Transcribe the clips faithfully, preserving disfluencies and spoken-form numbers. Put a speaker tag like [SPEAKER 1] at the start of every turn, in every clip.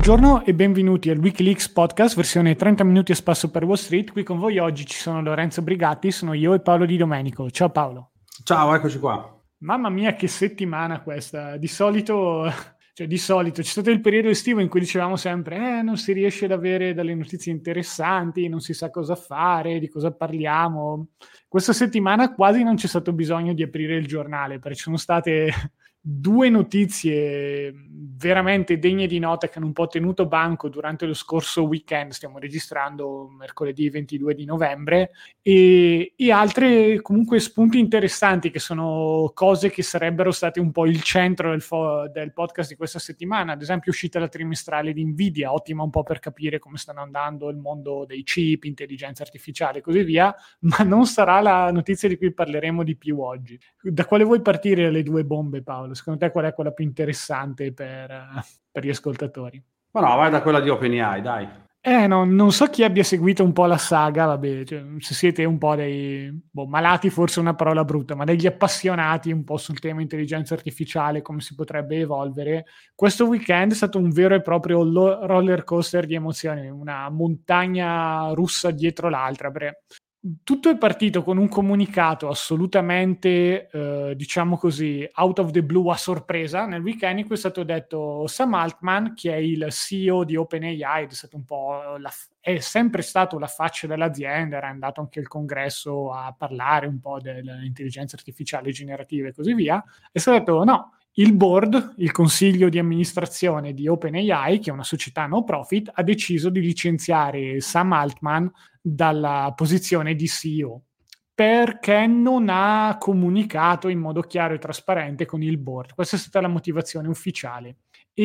[SPEAKER 1] Buongiorno e benvenuti al Wikileaks Podcast, versione trenta minuti a spasso per Wall Street. Qui con voi oggi ci sono Lorenzo Brigatti, sono io e Paolo Di Domenico. Ciao Paolo.
[SPEAKER 2] Ciao, eccoci qua.
[SPEAKER 1] Mamma mia, che settimana questa. Di solito, cioè di solito c'è stato il periodo estivo in cui dicevamo sempre eh, non si riesce ad avere delle notizie interessanti, non si sa cosa fare, di cosa parliamo. Questa settimana quasi non c'è stato bisogno di aprire il giornale, perché ci sono state due notizie veramente degne di nota che hanno un po' tenuto banco durante lo scorso weekend. Stiamo registrando mercoledì ventidue di novembre e, e altre comunque spunti interessanti che sono cose che sarebbero state un po' il centro del, fo- del podcast di questa settimana. Ad esempio è uscita la trimestrale di Nvidia, ottima un po' per capire come stanno andando il mondo dei chip, intelligenza artificiale e così via, ma non sarà la notizia di cui parleremo di più oggi. Da quale vuoi partire le due bombe, Paolo? Secondo te qual è quella più interessante per, per gli ascoltatori?
[SPEAKER 2] Ma no, vai da quella di OpenAI, dai.
[SPEAKER 1] Eh, no, non so chi abbia seguito un po' la saga, vabbè, cioè, se siete un po' dei boh, malati, forse è una parola brutta, ma degli appassionati un po' sul tema intelligenza artificiale, come si potrebbe evolvere, questo weekend è stato un vero e proprio lo- roller coaster di emozioni, una montagna russa dietro l'altra, perché tutto è partito con un comunicato assolutamente, eh, diciamo così, out of the blue, a sorpresa. Nel weekend in cui è stato detto Sam Altman, che è il C E O di OpenAI, ed è stato un po' la, è sempre stato la faccia dell'azienda, era andato anche al congresso a parlare un po' dell'intelligenza artificiale generativa e così via, è stato detto no, il board, il consiglio di amministrazione di OpenAI, che è una società no profit, ha deciso di licenziare Sam Altman dalla posizione di C E O perché non ha comunicato in modo chiaro e trasparente con il board. Questa è stata la motivazione ufficiale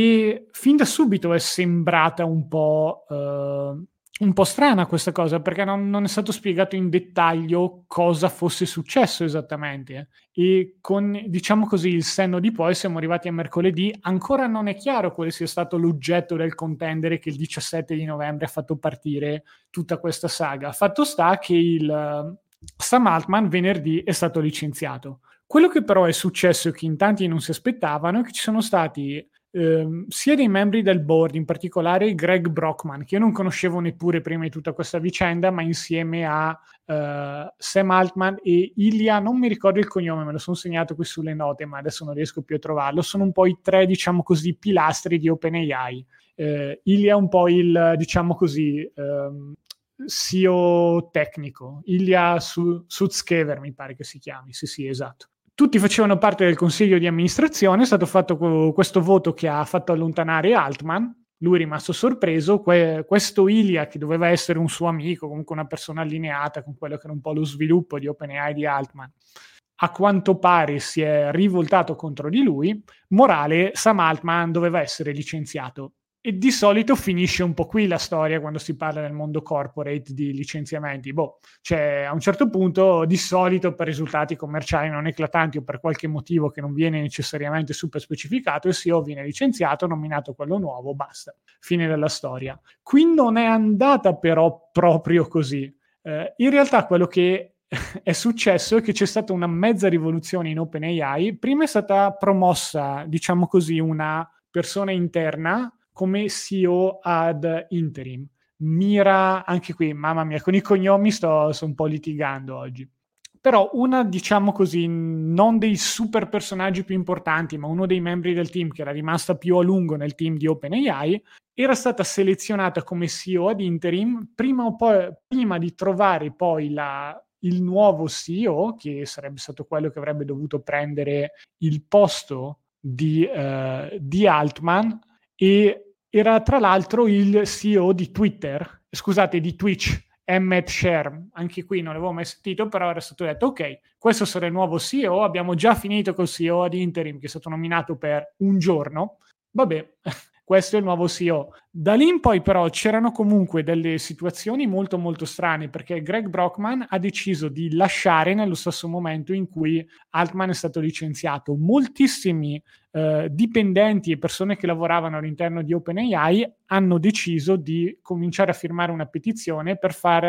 [SPEAKER 1] e fin da subito è sembrata un po' eh, un po' strana questa cosa, perché non, non è stato spiegato in dettaglio cosa fosse successo esattamente. E con, diciamo così, il senno di poi siamo arrivati a mercoledì, ancora non è chiaro quale sia stato l'oggetto del contendere che il diciassette di novembre ha fatto partire tutta questa saga. Fatto sta che il Sam Altman venerdì è stato licenziato. Quello che però è successo e che in tanti non si aspettavano è che ci sono stati ehm, sia dei membri del board, in particolare Greg Brockman, che io non conoscevo neppure prima di tutta questa vicenda, ma insieme a uh, Sam Altman e Ilya, non mi ricordo il cognome, me lo sono segnato qui sulle note, ma adesso non riesco più a trovarlo, sono un po' i tre, diciamo così, pilastri di OpenAI. Uh, Ilya è un po' il, diciamo così, um, C E O tecnico, Ilya Sutskever mi pare che si chiami, sì sì esatto. Tutti facevano parte del consiglio di amministrazione, è stato fatto questo voto che ha fatto allontanare Altman, lui è rimasto sorpreso, que- questo Ilya che doveva essere un suo amico, comunque una persona allineata con quello che era un po' lo sviluppo di OpenAI di Altman, a quanto pare si è rivoltato contro di lui, morale, Sam Altman doveva essere licenziato. E di solito finisce un po' qui la storia quando si parla nel mondo corporate di licenziamenti. Boh, cioè a un certo punto, di solito per risultati commerciali non eclatanti o per qualche motivo che non viene necessariamente super specificato, il C E O viene licenziato, nominato quello nuovo, basta, fine della storia. Qui non è andata però proprio così. Eh, in realtà quello che è successo è che c'è stata una mezza rivoluzione in OpenAI. Prima è stata promossa, diciamo così, una persona interna come C E O ad interim. Mira, anche qui, mamma mia, con i cognomi sto, sto un po' litigando oggi. Però una, diciamo così, non dei super personaggi più importanti, ma uno dei membri del team che era rimasta più a lungo nel team di OpenAI, era stata selezionata come C E O ad interim prima, o poi, prima di trovare poi la, il nuovo C E O, che sarebbe stato quello che avrebbe dovuto prendere il posto di, uh, di Altman, e era tra l'altro il C E O di Twitter, scusate, di Twitch, Emmet Sherm. Anche qui non l'avevo mai sentito, però era stato detto ok, questo sarà il nuovo C E O, abbiamo già finito col C E O ad interim che è stato nominato per un giorno, vabbè, questo è il nuovo C E O. Da lì in poi però c'erano comunque delle situazioni molto molto strane, perché Greg Brockman ha deciso di lasciare nello stesso momento in cui Altman è stato licenziato. Moltissimi eh, dipendenti e persone che lavoravano all'interno di OpenAI hanno deciso di cominciare a firmare una petizione per far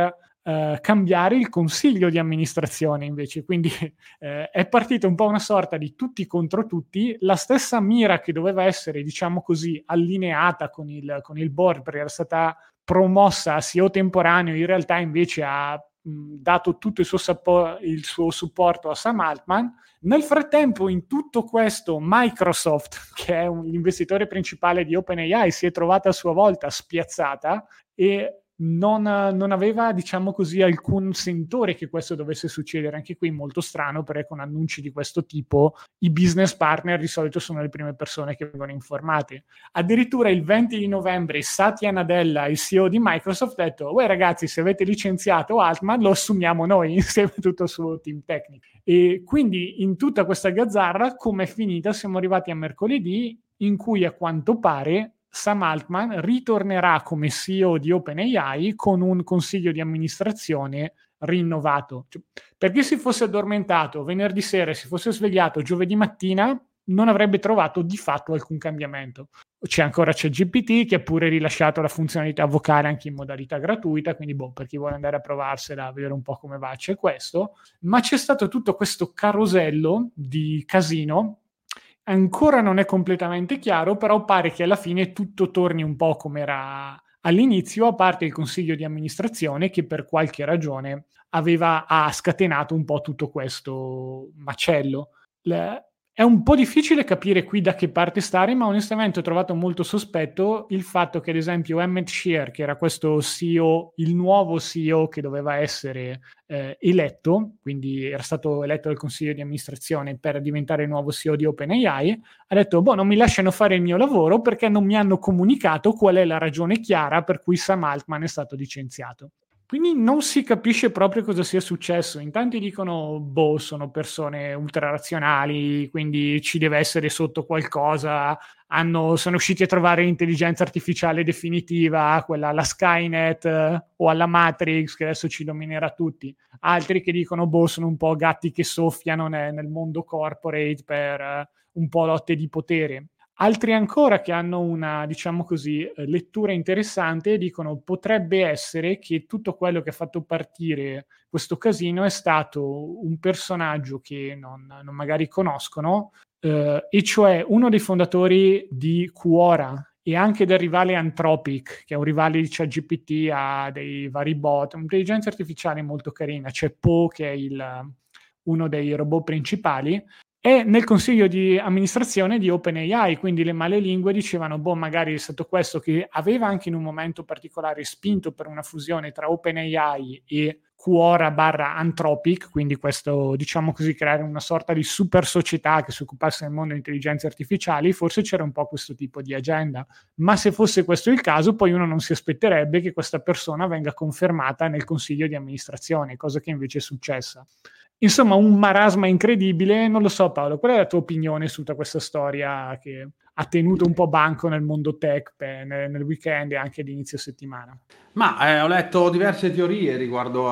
[SPEAKER 1] eh, cambiare il consiglio di amministrazione invece, quindi eh, è partita un po' una sorta di tutti contro tutti, la stessa mira che doveva essere, diciamo così, allineata con il, con il board, perché era stata promossa a C E O temporaneo, in realtà invece ha mh, dato tutto il suo, sappo- il suo supporto a Sam Altman. Nel frattempo, in tutto questo, Microsoft, che è un, l'investitore principale di OpenAI, si è trovata a sua volta spiazzata e non, non aveva, diciamo così, alcun sentore che questo dovesse succedere. Anche qui molto strano, perché con annunci di questo tipo i business partner di solito sono le prime persone che vengono informate. Addirittura il venti di novembre Satya Nadella, il C E O di Microsoft, ha detto: uè ragazzi, se avete licenziato Altman lo assumiamo noi insieme a tutto il suo team tecnico. E quindi in tutta questa gazzarra, come è finita, siamo arrivati a mercoledì, in cui a quanto pare Sam Altman ritornerà come C E O di OpenAI con un consiglio di amministrazione rinnovato. Cioè, perché si fosse addormentato venerdì sera e si fosse svegliato giovedì mattina, non avrebbe trovato di fatto alcun cambiamento. C'è ancora ChatGPT che ha pure rilasciato la funzionalità vocale anche in modalità gratuita, quindi boh, per chi vuole andare a provarsela, a vedere un po' come va, c'è questo. Ma c'è stato tutto questo carosello di casino. Ancora non è completamente chiaro, però pare che alla fine tutto torni un po' come era all'inizio, a parte il consiglio di amministrazione che per qualche ragione aveva ha scatenato un po' tutto questo macello. Le, è un po' difficile capire qui da che parte stare, ma onestamente ho trovato molto sospetto il fatto che, ad esempio, Emmett Shear, che era questo C E O, il nuovo C E O che doveva essere eh, eletto, quindi era stato eletto dal consiglio di amministrazione per diventare il nuovo C E O di OpenAI, ha detto: boh, non mi lasciano fare il mio lavoro perché non mi hanno comunicato qual è la ragione chiara per cui Sam Altman è stato licenziato. Quindi non si capisce proprio cosa sia successo. In tanti dicono, boh, sono persone ultra razionali, quindi ci deve essere sotto qualcosa. Hanno, sono riusciti a trovare l'intelligenza artificiale definitiva, quella alla Skynet eh, o alla Matrix, che adesso ci dominerà tutti. Altri che dicono, boh, sono un po' gatti che soffiano nel, nel mondo corporate per eh, un po' lotte di potere. Altri ancora che hanno una, diciamo così, lettura interessante dicono potrebbe essere che tutto quello che ha fatto partire questo casino è stato un personaggio che non, non magari conoscono, eh, e cioè uno dei fondatori di Quora e anche del rivale Anthropic, che è un rivale di ChatGPT, ha dei vari bot, un'intelligenza artificiale molto carina. C'è Poe, che è il, uno dei robot principali, e nel consiglio di amministrazione di OpenAI, quindi le male lingue dicevano, boh, magari è stato questo che aveva anche in un momento particolare spinto per una fusione tra OpenAI e Quora barra Anthropic, quindi questo, diciamo così, creare una sorta di super società che si occupasse del mondo delle intelligenze artificiali. Forse c'era un po' questo tipo di agenda, ma se fosse questo il caso, poi uno non si aspetterebbe che questa persona venga confermata nel consiglio di amministrazione, cosa che invece è successa. Insomma, un marasma incredibile. Non lo so, Paolo, qual è la tua opinione su tutta questa storia che ha tenuto un po' banco nel mondo tech per, nel, nel weekend e anche di inizio settimana?
[SPEAKER 2] Ma eh, ho letto diverse teorie riguardo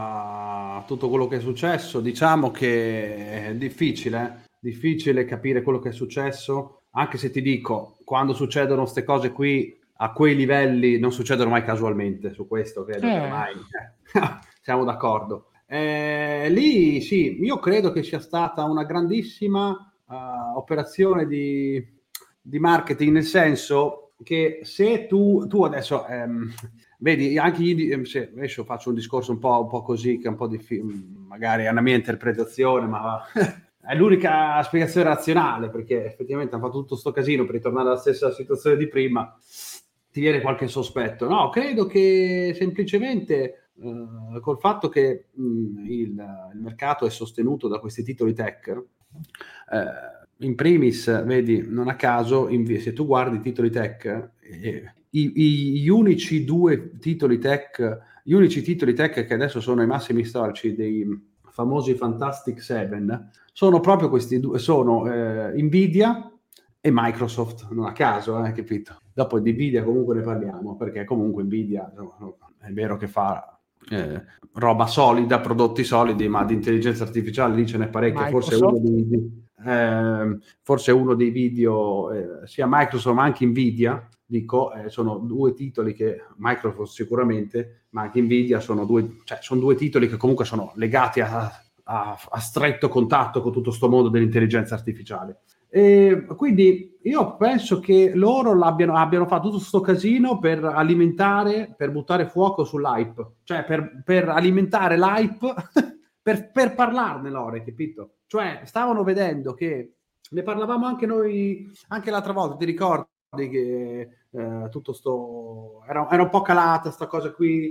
[SPEAKER 2] a tutto quello che è successo. Diciamo che è difficile, eh? Difficile capire quello che è successo, anche se ti dico, quando succedono queste cose qui, a quei livelli, non succedono mai casualmente. Su questo credo che
[SPEAKER 1] Eh.
[SPEAKER 2] ormai eh, siamo d'accordo. Eh, lì sì, io credo che sia stata una grandissima uh, operazione di, di marketing, nel senso che se tu, tu adesso ehm, vedi anche gli, se adesso faccio un discorso un po', un po' così, che è un po' di magari è una mia interpretazione, ma è l'unica spiegazione razionale, perché effettivamente hanno fatto tutto sto casino per ritornare alla stessa situazione di prima, ti viene qualche sospetto. No, credo che semplicemente Uh, col fatto che mh, il, il mercato è sostenuto da questi titoli tech, uh, in primis, vedi, non a caso, in, se tu guardi i titoli tech, eh, i, i, gli unici due titoli tech, gli unici titoli tech che adesso sono i massimi storici dei famosi Fantastic Seven, sono proprio questi due, sono eh, Nvidia e Microsoft, non a caso, eh, capito? Dopo di Nvidia comunque ne parliamo, perché comunque Nvidia è vero che fa eh, roba solida, prodotti solidi, ma di intelligenza artificiale lì ce n'è parecchia. Forse uno dei, di, eh, forse uno dei video, eh, sia Microsoft ma anche Nvidia, dico, eh, sono due titoli che Microsoft sicuramente, ma anche Nvidia sono due, cioè, sono due titoli che comunque sono legati a, a, a stretto contatto con tutto sto mondo dell'intelligenza artificiale. E quindi io penso che loro l'abbiano, abbiano fatto tutto questo casino per alimentare, per buttare fuoco sull'hype, cioè per, per alimentare l'hype, per, per parlarne, Lore, capito? Cioè stavano vedendo che, ne parlavamo anche noi, anche l'altra volta, ti ricordi che eh, tutto sto era, era un po' calata sta cosa qui,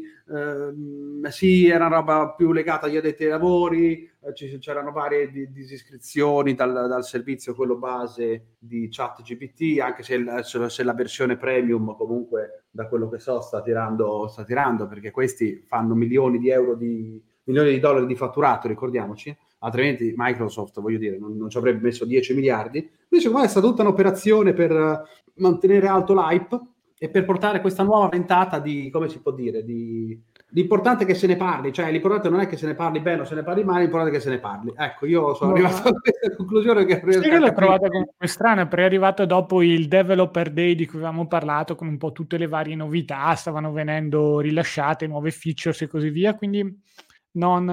[SPEAKER 2] eh, sì, era una roba più legata agli addetti ai lavori, eh, ci, c'erano varie di, disiscrizioni dal, dal servizio quello base di ChatGPT, anche se, il, se la versione premium comunque da quello che so sta tirando, sta tirando perché questi fanno milioni di euro di milioni di dollari di fatturato, ricordiamoci, altrimenti Microsoft, voglio dire, non, non ci avrebbe messo dieci miliardi. Invece qua è stata tutta un'operazione per mantenere alto l'hype e per portare questa nuova ventata di, come si può dire, di... l'importante è che se ne parli, cioè l'importante non è che se ne parli bene o se ne parli male, l'importante è che se ne parli. Ecco, io sono no, arrivato a questa conclusione che
[SPEAKER 1] riesco a l'ho trovata comunque strana, perché è arrivato dopo il Developer Day di cui avevamo parlato, con un po' tutte le varie novità, stavano venendo rilasciate nuove features e così via, quindi non,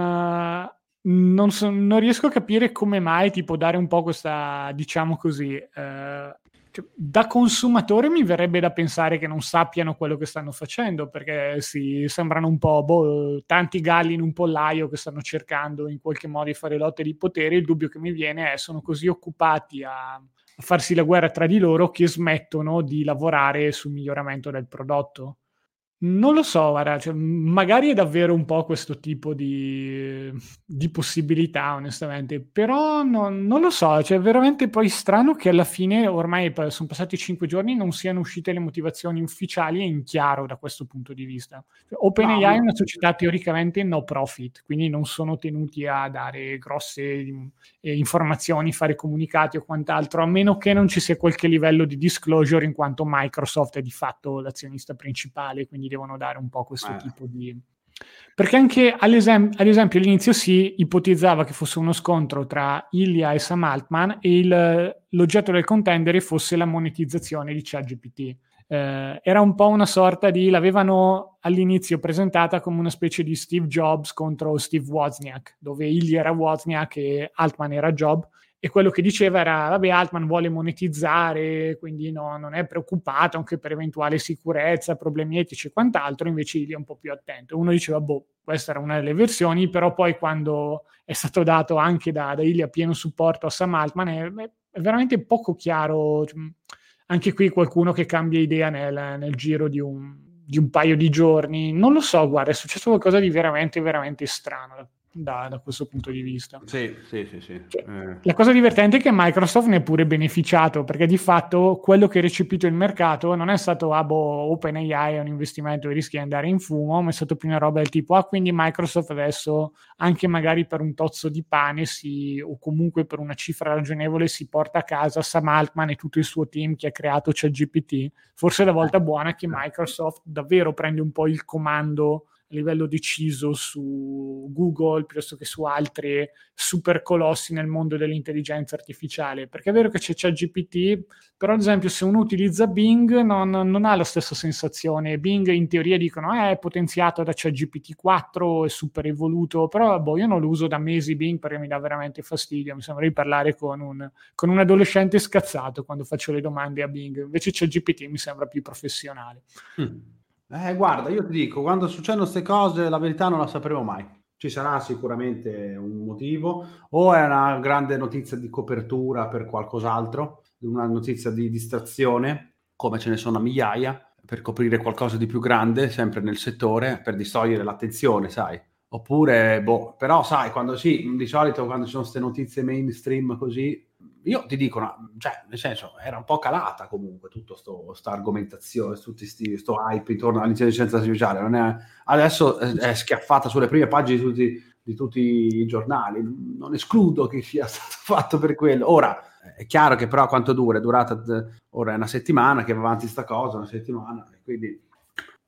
[SPEAKER 1] non, so, non riesco a capire come mai tipo dare un po' questa, diciamo così, eh, cioè, da consumatore mi verrebbe da pensare che non sappiano quello che stanno facendo, perché sì, sembrano un po' boh, tanti galli in un pollaio che stanno cercando in qualche modo di fare lotte di potere. Il dubbio che mi viene è sono così occupati a, a farsi la guerra tra di loro che smettono di lavorare sul miglioramento del prodotto. Non lo so, guarda, cioè, magari è davvero un po' questo tipo di, di possibilità, onestamente, però no, non lo so, cioè è veramente poi strano che alla fine, ormai sono passati cinque giorni, non siano uscite le motivazioni ufficiali e in chiaro da questo punto di vista. OpenAI no, è una società teoricamente no profit, quindi non sono tenuti a dare grosse eh, informazioni, fare comunicati o quant'altro, a meno che non ci sia qualche livello di disclosure, in quanto Microsoft è di fatto l'azionista principale, quindi devono dare un po' questo eh. tipo di... Perché anche all'esem- ad esempio all'inizio si ipotizzava che fosse uno scontro tra Ilya e Sam Altman e il, l'oggetto del contendere fosse la monetizzazione di ChatGPT. Eh, era un po' una sorta di... l'avevano all'inizio presentata come una specie di Steve Jobs contro Steve Wozniak, dove Ilya era Wozniak e Altman era Job. E quello che diceva era, vabbè, Altman vuole monetizzare, quindi no, non è preoccupato anche per eventuale sicurezza, problemi etici e quant'altro, invece Ilya è un po' più attento. Uno diceva, boh, questa era una delle versioni, però poi quando è stato dato anche da, da Ilya pieno supporto a Sam Altman, è, è veramente poco chiaro, cioè, anche qui qualcuno che cambia idea nel, nel giro di un, di un paio di giorni. Non lo so, guarda, è successo qualcosa di veramente, veramente strano. Da, da questo punto di vista.
[SPEAKER 2] Sì, sì, sì, sì.
[SPEAKER 1] Cioè,
[SPEAKER 2] eh.
[SPEAKER 1] La cosa divertente è che Microsoft ne è pure beneficiato, perché di fatto quello che ha recepito il mercato non è stato ah, boh, OpenAI è un investimento che rischia di andare in fumo, ma è stato più una roba del tipo ah, quindi Microsoft adesso anche magari per un tozzo di pane si, o comunque per una cifra ragionevole si porta a casa Sam Altman e tutto il suo team che ha creato ChatGPT. Forse è la volta buona che Microsoft davvero prende un po' il comando a livello deciso su Google piuttosto che su altri super colossi nel mondo dell'intelligenza artificiale, perché è vero che c'è ChatGPT, però ad esempio se uno utilizza Bing non, non ha la stessa sensazione. Bing in teoria dicono eh, è potenziato da ChatGPT quattro, è super evoluto, però boh, io non lo uso da mesi Bing perché mi dà veramente fastidio, mi sembra di parlare con un, con un adolescente scazzato quando faccio le domande a Bing, invece ChatGPT mi sembra più professionale.
[SPEAKER 2] Mm. Eh, guarda, io ti dico, quando succedono queste cose, la verità non la sapremo mai. Ci sarà sicuramente un motivo, o è una grande notizia di copertura per qualcos'altro, una notizia di distrazione, come ce ne sono a migliaia, per coprire qualcosa di più grande, sempre nel settore, per distogliere l'attenzione, sai. Oppure, boh, però sai, quando sì, di solito quando ci sono queste notizie mainstream così, io ti dico, no, cioè, nel senso, era un po' calata comunque tutta questa argomentazione, tutto questo hype intorno all'intelligenza artificiale. Non è, adesso è, è schiaffata sulle prime pagine di tutti, di tutti i giornali. Non escludo che sia stato fatto per quello. Ora, è chiaro che però quanto dura? È durata, ora è una settimana che va avanti sta cosa, una settimana, quindi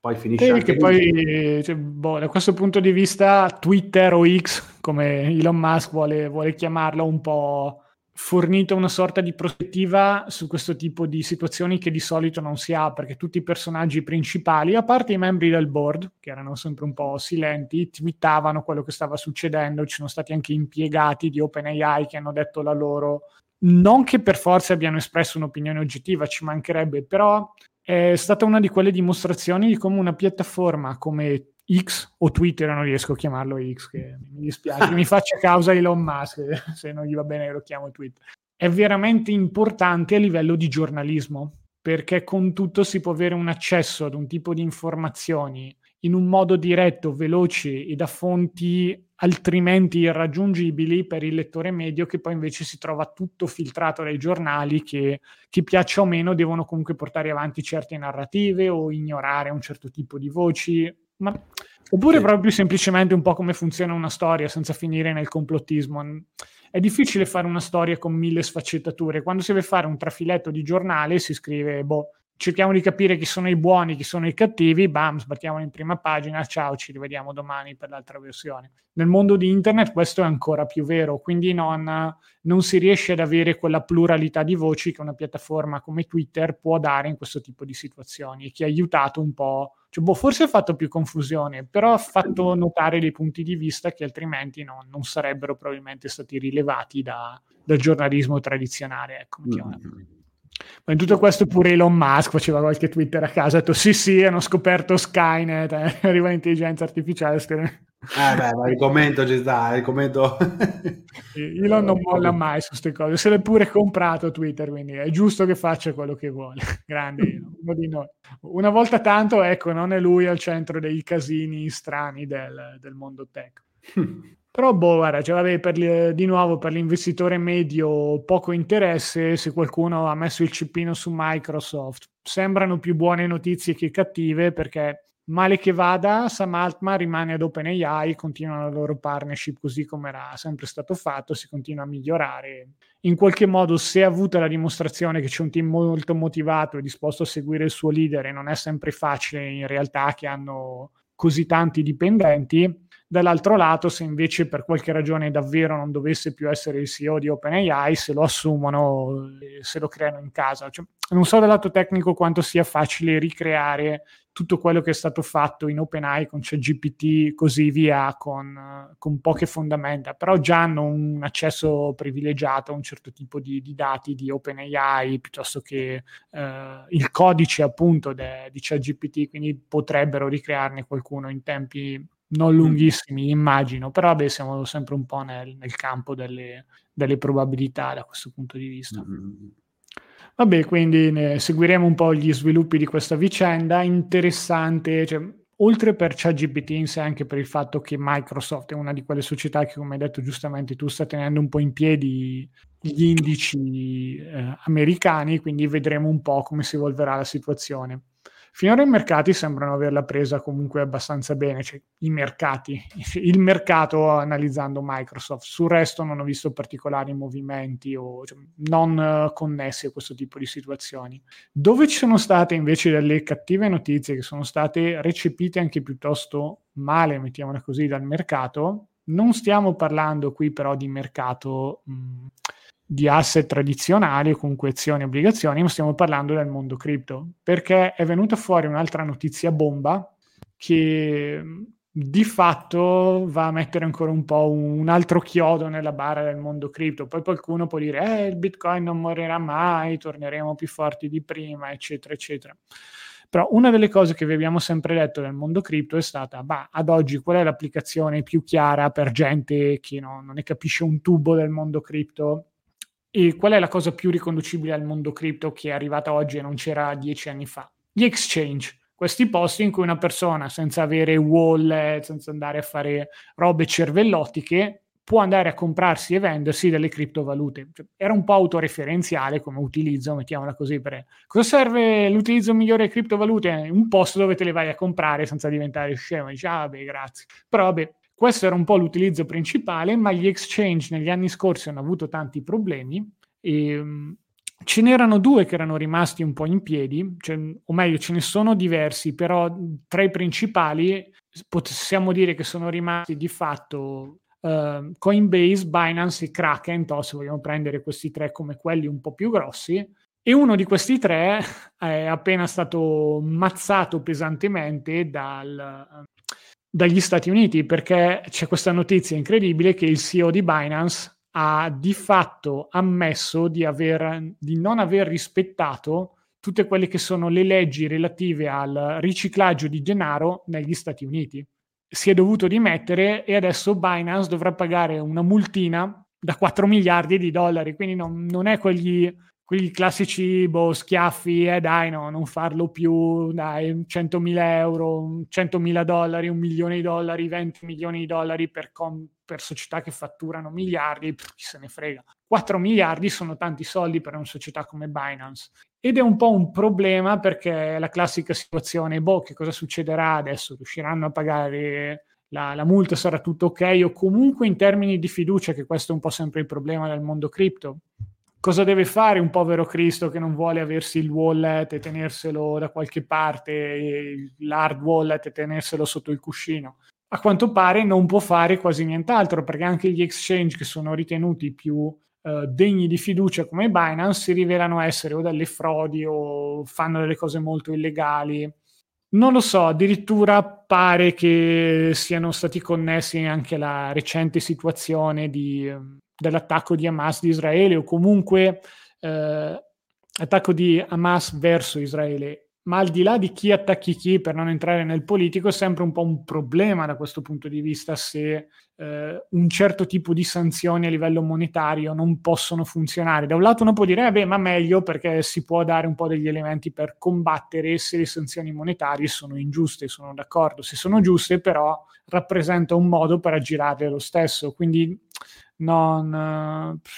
[SPEAKER 2] poi finisce
[SPEAKER 1] Sì,
[SPEAKER 2] anche
[SPEAKER 1] che
[SPEAKER 2] lì.
[SPEAKER 1] poi, cioè, boh, da questo punto di vista Twitter o X, come Elon Musk vuole, vuole chiamarlo, un po' fornito una sorta di prospettiva su questo tipo di situazioni che di solito non si ha, perché tutti i personaggi principali, a parte i membri del board, che erano sempre un po' silenti, twittavano quello che stava succedendo. Ci sono stati anche impiegati di OpenAI che hanno detto la loro, non che per forza abbiano espresso un'opinione oggettiva, ci mancherebbe, però è stata una di quelle dimostrazioni di come una piattaforma come X o Twitter, non riesco a chiamarlo X, che mi dispiace, che mi faccia causa Elon Musk, se non gli va bene lo chiamo Twitter, è veramente importante a livello di giornalismo, perché con tutto si può avere un accesso ad un tipo di informazioni in un modo diretto, veloce e da fonti altrimenti irraggiungibili per il lettore medio, che poi invece si trova tutto filtrato dai giornali che, che piaccia o meno, devono comunque portare avanti certe narrative o ignorare un certo tipo di voci, ma, oppure
[SPEAKER 2] Sì.
[SPEAKER 1] proprio semplicemente un po' come funziona una storia senza finire nel complottismo. È difficile fare una storia con mille sfaccettature. Quando si deve fare un trafiletto di giornale si scrive, boh, cerchiamo di capire chi sono i buoni, chi sono i cattivi, bam, sbattiamo in prima pagina, ciao, ci rivediamo domani per l'altra versione. Nel mondo di internet questo è ancora più vero, quindi non, non si riesce ad avere quella pluralità di voci che una piattaforma come Twitter può dare in questo tipo di situazioni, e che ha aiutato un po', cioè, boh, forse ha fatto più confusione, però ha fatto notare dei punti di vista che altrimenti non, non sarebbero probabilmente stati rilevati da, dal giornalismo tradizionale, ecco, mettiamola così. Ma in tutto questo pure Elon Musk faceva qualche Twitter a casa, ha detto sì sì, hanno scoperto Skynet, eh, arriva l'intelligenza artificiale.
[SPEAKER 2] Eh beh, ma il commento ci sta, il commento...
[SPEAKER 1] Elon non molla mai su queste cose, se l'è pure comprato Twitter, quindi è giusto che faccia quello che vuole. Grande Elon, uno di noi. Una volta tanto, ecco, non è lui al centro dei casini strani del, del mondo tech. Però boh, guarda, cioè, vabbè, per li, di nuovo per l'investitore medio poco interesse, se qualcuno ha messo il cippino su Microsoft. Sembrano più buone notizie che cattive, perché male che vada Sam Altman rimane ad OpenAI, continuano la loro partnership così come era sempre stato fatto, si continua a migliorare. In qualche modo, se ha avuto la dimostrazione che c'è un team molto motivato e disposto a seguire il suo leader, e non è sempre facile in realtà che hanno così tanti dipendenti. Dall'altro lato, se invece per qualche ragione davvero non dovesse più essere il C E O di OpenAI, se lo assumono, se lo creano in casa. Cioè, non so dal lato tecnico quanto sia facile ricreare tutto quello che è stato fatto in OpenAI con ChatGPT così via, con, con poche fondamenta, però già hanno un accesso privilegiato a un certo tipo di, di dati di OpenAI, piuttosto che eh, il codice appunto de, di ChatGPT, quindi potrebbero ricrearne qualcuno in tempi non lunghissimi, immagino, però vabbè, siamo sempre un po' nel, nel campo delle, delle probabilità da questo punto di vista. Mm-hmm. Vabbè, quindi ne seguiremo un po' gli sviluppi di questa vicenda. Interessante, cioè, oltre per ChatGPT in sé, anche per il fatto che Microsoft è una di quelle società che, come hai detto giustamente tu, sta tenendo un po' in piedi gli indici eh, americani, quindi vedremo un po' come si evolverà la situazione. Finora i mercati sembrano averla presa comunque abbastanza bene, cioè i mercati, il mercato analizzando Microsoft. Sul resto non ho visto particolari movimenti o cioè, non uh, connessi a questo tipo di situazioni. Dove ci sono state invece delle cattive notizie che sono state recepite anche piuttosto male, mettiamola così, dal mercato, non stiamo parlando qui però di mercato mh, di asset tradizionali o comunque azioni e obbligazioni, ma stiamo parlando del mondo cripto, perché è venuta fuori un'altra notizia bomba che di fatto va a mettere ancora un po' un altro chiodo nella bara del mondo cripto. Poi qualcuno può dire eh, il Bitcoin non morirà mai, torneremo più forti di prima, eccetera, eccetera. Però una delle cose che vi abbiamo sempre detto nel mondo cripto è stata, bah, ad oggi qual è l'applicazione più chiara per gente che no, non ne capisce un tubo del mondo cripto? E qual è la cosa più riconducibile al mondo cripto che è arrivata oggi e non c'era dieci anni fa? Gli exchange, questi posti in cui una persona senza avere wallet, senza andare a fare robe cervellotiche, può andare a comprarsi e vendersi delle criptovalute. Cioè, era un po' autoreferenziale come utilizzo, mettiamola così. Per cosa serve l'utilizzo migliore delle criptovalute? Un posto dove te le vai a comprare senza diventare scemo. Dici, ah, beh, grazie. Però, vabbè, questo era un po' l'utilizzo principale, ma gli exchange negli anni scorsi hanno avuto tanti problemi e um, ce n'erano due che erano rimasti un po' in piedi, cioè, o meglio ce ne sono diversi, però tra i principali possiamo dire che sono rimasti di fatto uh, Coinbase, Binance e Kraken, to, se vogliamo prendere questi tre come quelli un po' più grossi, e uno di questi tre è appena stato mazzato pesantemente dal, dagli Stati Uniti, perché c'è questa notizia incredibile che il C E O di Binance ha di fatto ammesso di, aver, di non aver rispettato tutte quelle che sono le leggi relative al riciclaggio di denaro negli Stati Uniti. Si è dovuto dimettere e adesso Binance dovrà pagare una multina da quattro miliardi di dollari, quindi non, non è quegli, quegli classici boh, schiaffi, eh dai no, non farlo più, dai, centomila euro, centomila dollari, un milione di dollari, venti milioni di dollari per, com- per società che fatturano miliardi, pff, chi se ne frega. quattro miliardi sono tanti soldi per una società come Binance. Ed è un po' un problema perché è la classica situazione, boh, che cosa succederà adesso? Riusciranno a pagare la, la multa, sarà tutto ok? O comunque in termini di fiducia, che questo è un po' sempre il problema del mondo cripto. Cosa deve fare un povero Cristo che non vuole aversi il wallet e tenerselo da qualche parte, l'hard wallet e tenerselo sotto il cuscino? A quanto pare non può fare quasi nient'altro, perché anche gli exchange che sono ritenuti più Uh, degni di fiducia come Binance si rivelano essere o delle frodi o fanno delle cose molto illegali. Non lo so, addirittura pare che siano stati connessi anche alla recente situazione di, dell'attacco di Hamas di Israele o comunque uh, attacco di Hamas verso Israele. Ma al di là di chi attacchi chi, per non entrare nel politico, è sempre un po' un problema da questo punto di vista se eh, un certo tipo di sanzioni a livello monetario non possono funzionare. Da un lato uno può dire, eh beh, ma meglio perché si può dare un po' degli elementi per combattere se le sanzioni monetarie sono ingiuste, sono d'accordo. Se sono giuste, però, rappresenta un modo per aggirarle lo stesso. Quindi non... Uh,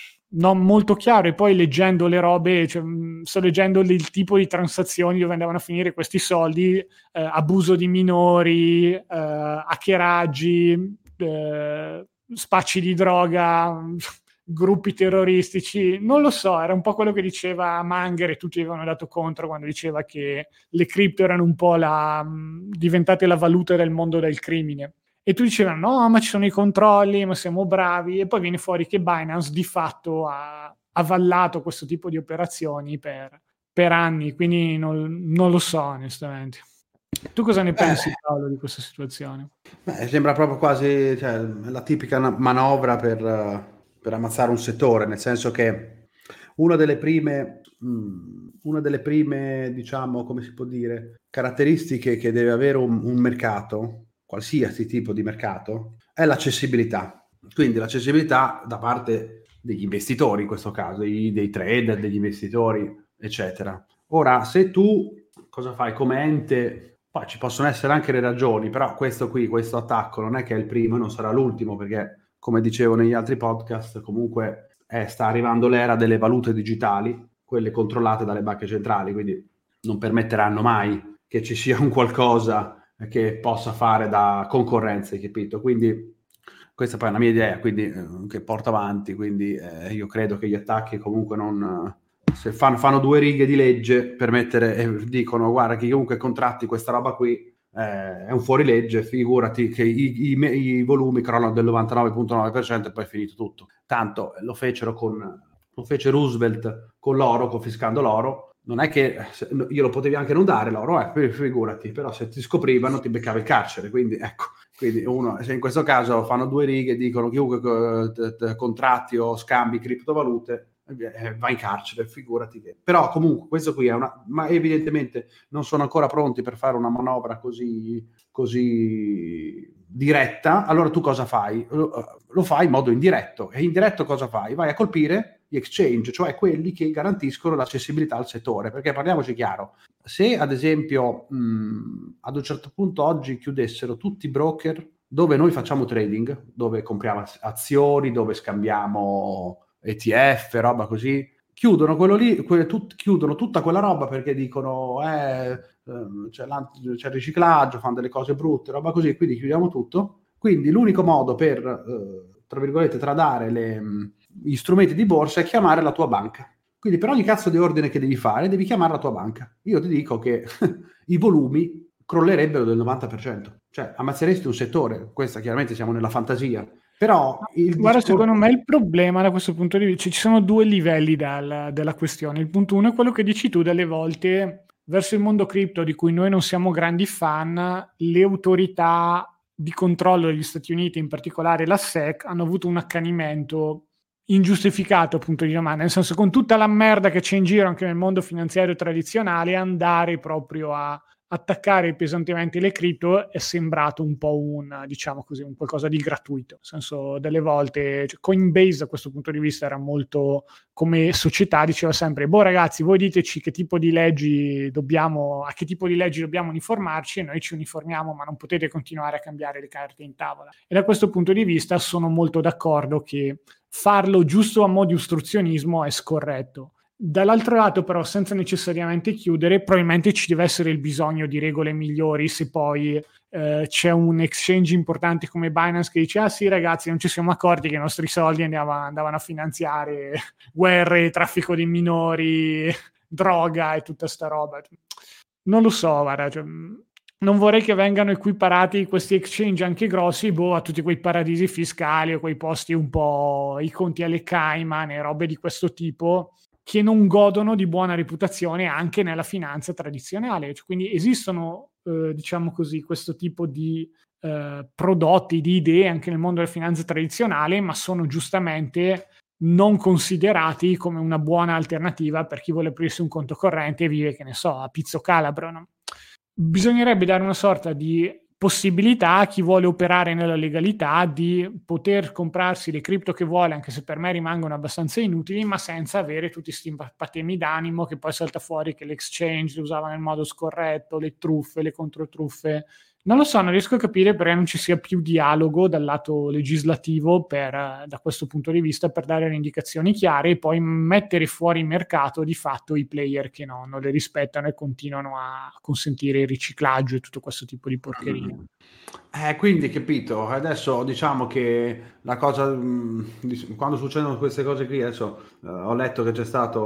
[SPEAKER 1] non molto chiaro, e poi leggendo le robe, cioè, sto leggendo il tipo di transazioni dove andavano a finire questi soldi, eh, abuso di minori, eh, hackeraggi, eh, spacci di droga, gruppi terroristici, non lo so, era un po' quello che diceva Munger e tutti avevano dato contro quando diceva che le cripto erano un po' la, diventate la valuta del mondo del crimine. E tu dicevano, no, ma ci sono i controlli, ma siamo bravi. E poi viene fuori che Binance di fatto ha avallato questo tipo di operazioni per, per anni, quindi non, non lo so onestamente. Tu cosa ne pensi, eh, Paolo, di questa situazione?
[SPEAKER 2] Beh, sembra proprio quasi cioè, la tipica manovra per, per ammazzare un settore, nel senso che una delle prime, mh, una delle prime, diciamo, come si può dire, caratteristiche che deve avere un, un mercato, qualsiasi tipo di mercato, è l'accessibilità. Quindi l'accessibilità da parte degli investitori, in questo caso, dei, dei trader, degli investitori, eccetera. Ora, se tu cosa fai come ente, poi ci possono essere anche le ragioni, però questo qui, questo attacco non è che è il primo e non sarà l'ultimo, perché, come dicevo negli altri podcast, comunque eh, sta arrivando l'era delle valute digitali, quelle controllate dalle banche centrali, quindi non permetteranno mai che ci sia un qualcosa che possa fare da concorrenza, capito? Quindi questa poi è una mia idea, quindi eh, che porto avanti, quindi eh, io credo che gli attacchi comunque non... se fanno, fanno due righe di legge per mettere e dicono guarda che chiunque contratti questa roba qui eh, è un fuorilegge, figurati che i, i, i volumi crollano del novantanove virgola nove per cento e poi è finito tutto. Tanto lo fecero con... lo fece Roosevelt con l'oro, confiscando l'oro. Non è che io lo potevi anche non dare l'oro, eh, figurati, però se ti scoprivano ti beccava il carcere, quindi ecco, quindi uno, se in questo caso fanno due righe, dicono chiunque t- t- contratti o scambi criptovalute eh, va in carcere, figurati che. Però comunque questo qui è una, ma evidentemente non sono ancora pronti per fare una manovra così, così diretta. Allora tu cosa fai? Lo, lo fai in modo indiretto, e indiretto cosa fai? Vai a colpire gli exchange, cioè quelli che garantiscono l'accessibilità al settore, perché parliamoci chiaro, se ad esempio mh, ad un certo punto oggi chiudessero tutti i broker dove noi facciamo trading, dove compriamo azioni, dove scambiamo E T F, roba così, chiudono quello lì, que- tut- chiudono tutta quella roba perché dicono eh, c'è, c'è il riciclaggio, fanno delle cose brutte, roba così, quindi chiudiamo tutto. Quindi l'unico modo per, eh, tra virgolette, tradare le, gli strumenti di borsa è chiamare la tua banca. Quindi per ogni cazzo di ordine che devi fare, devi chiamare la tua banca. Io ti dico che i volumi crollerebbero del novanta per cento. Cioè, ammazzeresti un settore. Questa chiaramente siamo nella fantasia. Però il
[SPEAKER 1] Guarda,
[SPEAKER 2] discorso...
[SPEAKER 1] secondo me il problema da questo punto di vista, ci sono due livelli dal, della questione. Il punto uno è quello che dici tu, delle volte verso il mondo cripto, di cui noi non siamo grandi fan, le autorità di controllo degli Stati Uniti, in particolare la S E C, hanno avuto un accanimento ingiustificato, appunto, di domanda, nel senso, con tutta la merda che c'è in giro anche nel mondo finanziario tradizionale, andare proprio a attaccare pesantemente le cripto è sembrato un po' un, diciamo così, un qualcosa di gratuito. Nel senso, delle volte, cioè Coinbase da questo punto di vista era molto, come società, diceva sempre, boh ragazzi, voi diteci che tipo di leggi dobbiamo, a che tipo di leggi dobbiamo uniformarci, e noi ci uniformiamo, ma non potete continuare a cambiare le carte in tavola. E da questo punto di vista sono molto d'accordo che farlo giusto a mo' di ostruzionismo è scorretto. Dall'altro lato, però, senza necessariamente chiudere, probabilmente ci deve essere il bisogno di regole migliori se poi eh, c'è un exchange importante come Binance che dice: ah sì ragazzi, non ci siamo accorti che i nostri soldi andavano, andavano a finanziare guerre, traffico di minori, droga e tutta sta roba. Non lo so, guarda, cioè, non vorrei che vengano equiparati questi exchange anche grossi boh, a tutti quei paradisi fiscali o quei posti un po' i conti alle Cayman e robe di questo tipo, che non godono di buona reputazione anche nella finanza tradizionale. Cioè, quindi esistono, eh, diciamo così, questo tipo di eh, prodotti, di idee anche nel mondo della finanza tradizionale, ma sono giustamente non considerati come una buona alternativa per chi vuole aprirsi un conto corrente e vive, che ne so, a Pizzo Calabro, no? Bisognerebbe dare una sorta di possibilità a chi vuole operare nella legalità di poter comprarsi le cripto che vuole, anche se per me rimangono abbastanza inutili, ma senza avere tutti questi patemi d'animo che poi salta fuori che l'exchange le usava nel modo scorretto, le truffe, le controtruffe. Non lo so, non riesco a capire perché non ci sia più dialogo dal lato legislativo per, da questo punto di vista, per dare le indicazioni chiare e poi mettere fuori in mercato di fatto i player che no, non le rispettano e continuano a consentire il riciclaggio e tutto questo tipo di porcheria.
[SPEAKER 2] Eh, quindi capito, adesso diciamo che la cosa, mh, quando succedono queste cose qui, adesso eh, ho letto che c'è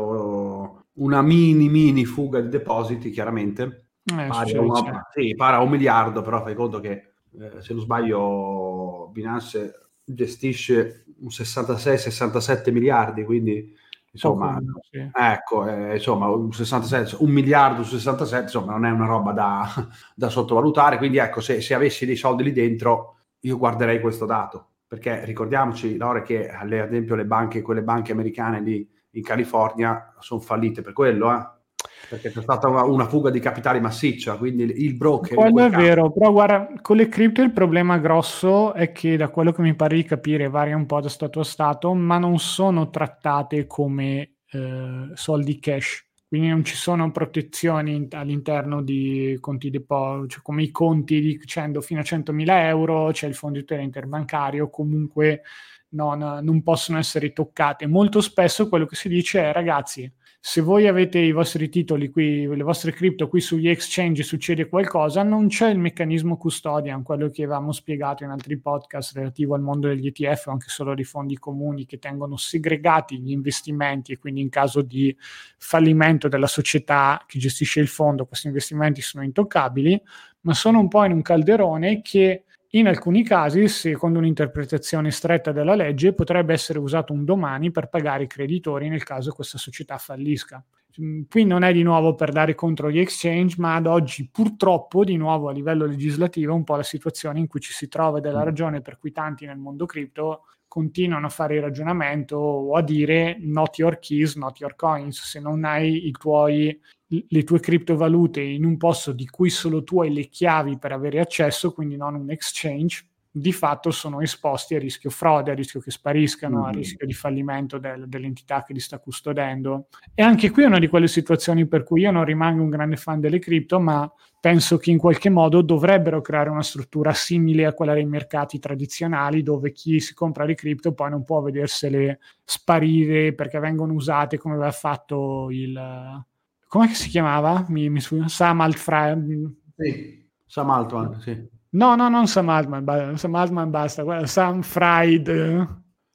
[SPEAKER 2] stato una mini mini fuga di depositi, chiaramente,
[SPEAKER 1] Eh,
[SPEAKER 2] pari a,
[SPEAKER 1] succede,
[SPEAKER 2] una,
[SPEAKER 1] certo.
[SPEAKER 2] sì, pari a un miliardo, però fai conto che eh, se non sbaglio Binance gestisce un sessantasei sessantasette miliardi, quindi insomma,
[SPEAKER 1] Poco, sì.
[SPEAKER 2] ecco, eh, insomma, un sessantasette, un miliardo su sessantasette, insomma, non è una roba da, da sottovalutare. Quindi, ecco, se, se avessi dei soldi lì dentro, io guarderei questo dato, perché ricordiamoci, Laura, che alle, ad esempio le banche, quelle banche americane lì in California sono fallite per quello, eh? Perché c'è stata una, una fuga di capitali massiccia, quindi il, il broker in
[SPEAKER 1] Quello
[SPEAKER 2] quel
[SPEAKER 1] è
[SPEAKER 2] caso...
[SPEAKER 1] vero, però guarda, con le cripto il problema grosso è che, da quello che mi pare di capire, varia un po' da stato a stato, ma non sono trattate come eh, soldi cash. Quindi non ci sono protezioni all'interno di conti deposito, cioè come i conti dicendo fino a centomila euro c'è il fondo di tutela interbancario, comunque non, non possono essere toccate. Molto spesso quello che si dice è: ragazzi, se voi avete i vostri titoli qui, le vostre cripto qui sugli exchange, succede qualcosa, non c'è il meccanismo custodian, quello che avevamo spiegato in altri podcast relativo al mondo degli E T F o anche solo dei fondi comuni, che tengono segregati gli investimenti e quindi in caso di fallimento della società che gestisce il fondo questi investimenti sono intoccabili, ma sono un po' in un calderone che in alcuni casi, secondo un'interpretazione stretta della legge, potrebbe essere usato un domani per pagare i creditori nel caso questa società fallisca. Qui non è di nuovo per dare contro gli exchange, ma ad oggi purtroppo di nuovo a livello legislativo è un po' la situazione in cui ci si trova, ed è la ragione per cui tanti nel mondo cripto continuano a fare il ragionamento o a dire not your keys, not your coins. Se non hai i tuoi le tue criptovalute in un posto di cui solo tu hai le chiavi per avere accesso, quindi non un exchange, di fatto sono esposti a rischio frode, a rischio che spariscano, mm-hmm. a rischio di fallimento del, dell'entità che li sta custodendo. E anche qui è una di quelle situazioni per cui io non rimango un grande fan delle cripto, ma penso che in qualche modo dovrebbero creare una struttura simile a quella dei mercati tradizionali, dove chi si compra le cripto poi non può vedersele sparire perché vengono usate come aveva fatto il... Come si chiamava? Mi, mi Sam Altman.
[SPEAKER 2] Sì, Sam Altman, sì.
[SPEAKER 1] No, no, non Sam Altman, Sam Altman basta, Sam Fried.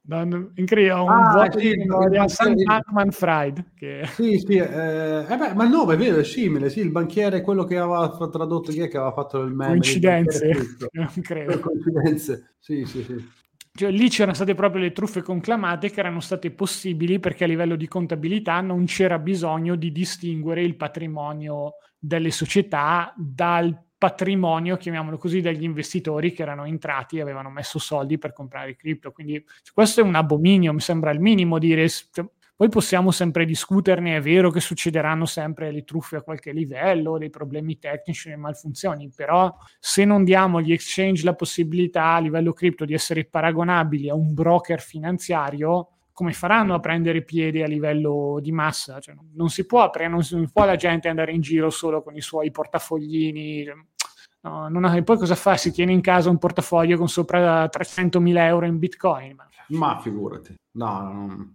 [SPEAKER 1] Non, incredibile, ho un
[SPEAKER 2] Ah,
[SPEAKER 1] vuoto
[SPEAKER 2] sì,
[SPEAKER 1] di
[SPEAKER 2] il,
[SPEAKER 1] memoria,
[SPEAKER 2] il,
[SPEAKER 1] Sam
[SPEAKER 2] il,
[SPEAKER 1] Bankman-Fried, che
[SPEAKER 2] sì, sì, eh, eh beh, ma il nome è vero, è simile, sì, il banchiere, quello che aveva fa- tradotto, chi è che aveva fatto il meme del banchiere
[SPEAKER 1] coincidenze,
[SPEAKER 2] fritto?
[SPEAKER 1] non credo.
[SPEAKER 2] Per coincidenze, sì, sì, sì.
[SPEAKER 1] Cioè, lì c'erano state proprio le truffe conclamate che erano state possibili perché a livello di contabilità non c'era bisogno di distinguere il patrimonio delle società dal patrimonio, chiamiamolo così, degli investitori che erano entrati e avevano messo soldi per comprare cripto. Quindi questo è un abominio, mi sembra il minimo dire. Poi possiamo sempre discuterne, è vero che succederanno sempre le truffe a qualche livello, dei problemi tecnici, le malfunzioni, però se non diamo agli exchange la possibilità a livello cripto di essere paragonabili a un broker finanziario, come faranno a prendere piede a livello di massa? Cioè, non si può, non si può la gente andare in giro solo con i suoi portafoglini. No, non ha, e poi cosa fa? Si tiene in casa un portafoglio con sopra trecentomila euro in bitcoin. Ma,
[SPEAKER 2] Ma figurati, no, non,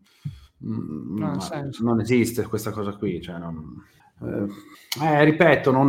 [SPEAKER 1] non ha
[SPEAKER 2] mm,
[SPEAKER 1] senso.
[SPEAKER 2] non esiste questa cosa qui, cioè non, eh, eh, ripeto, non,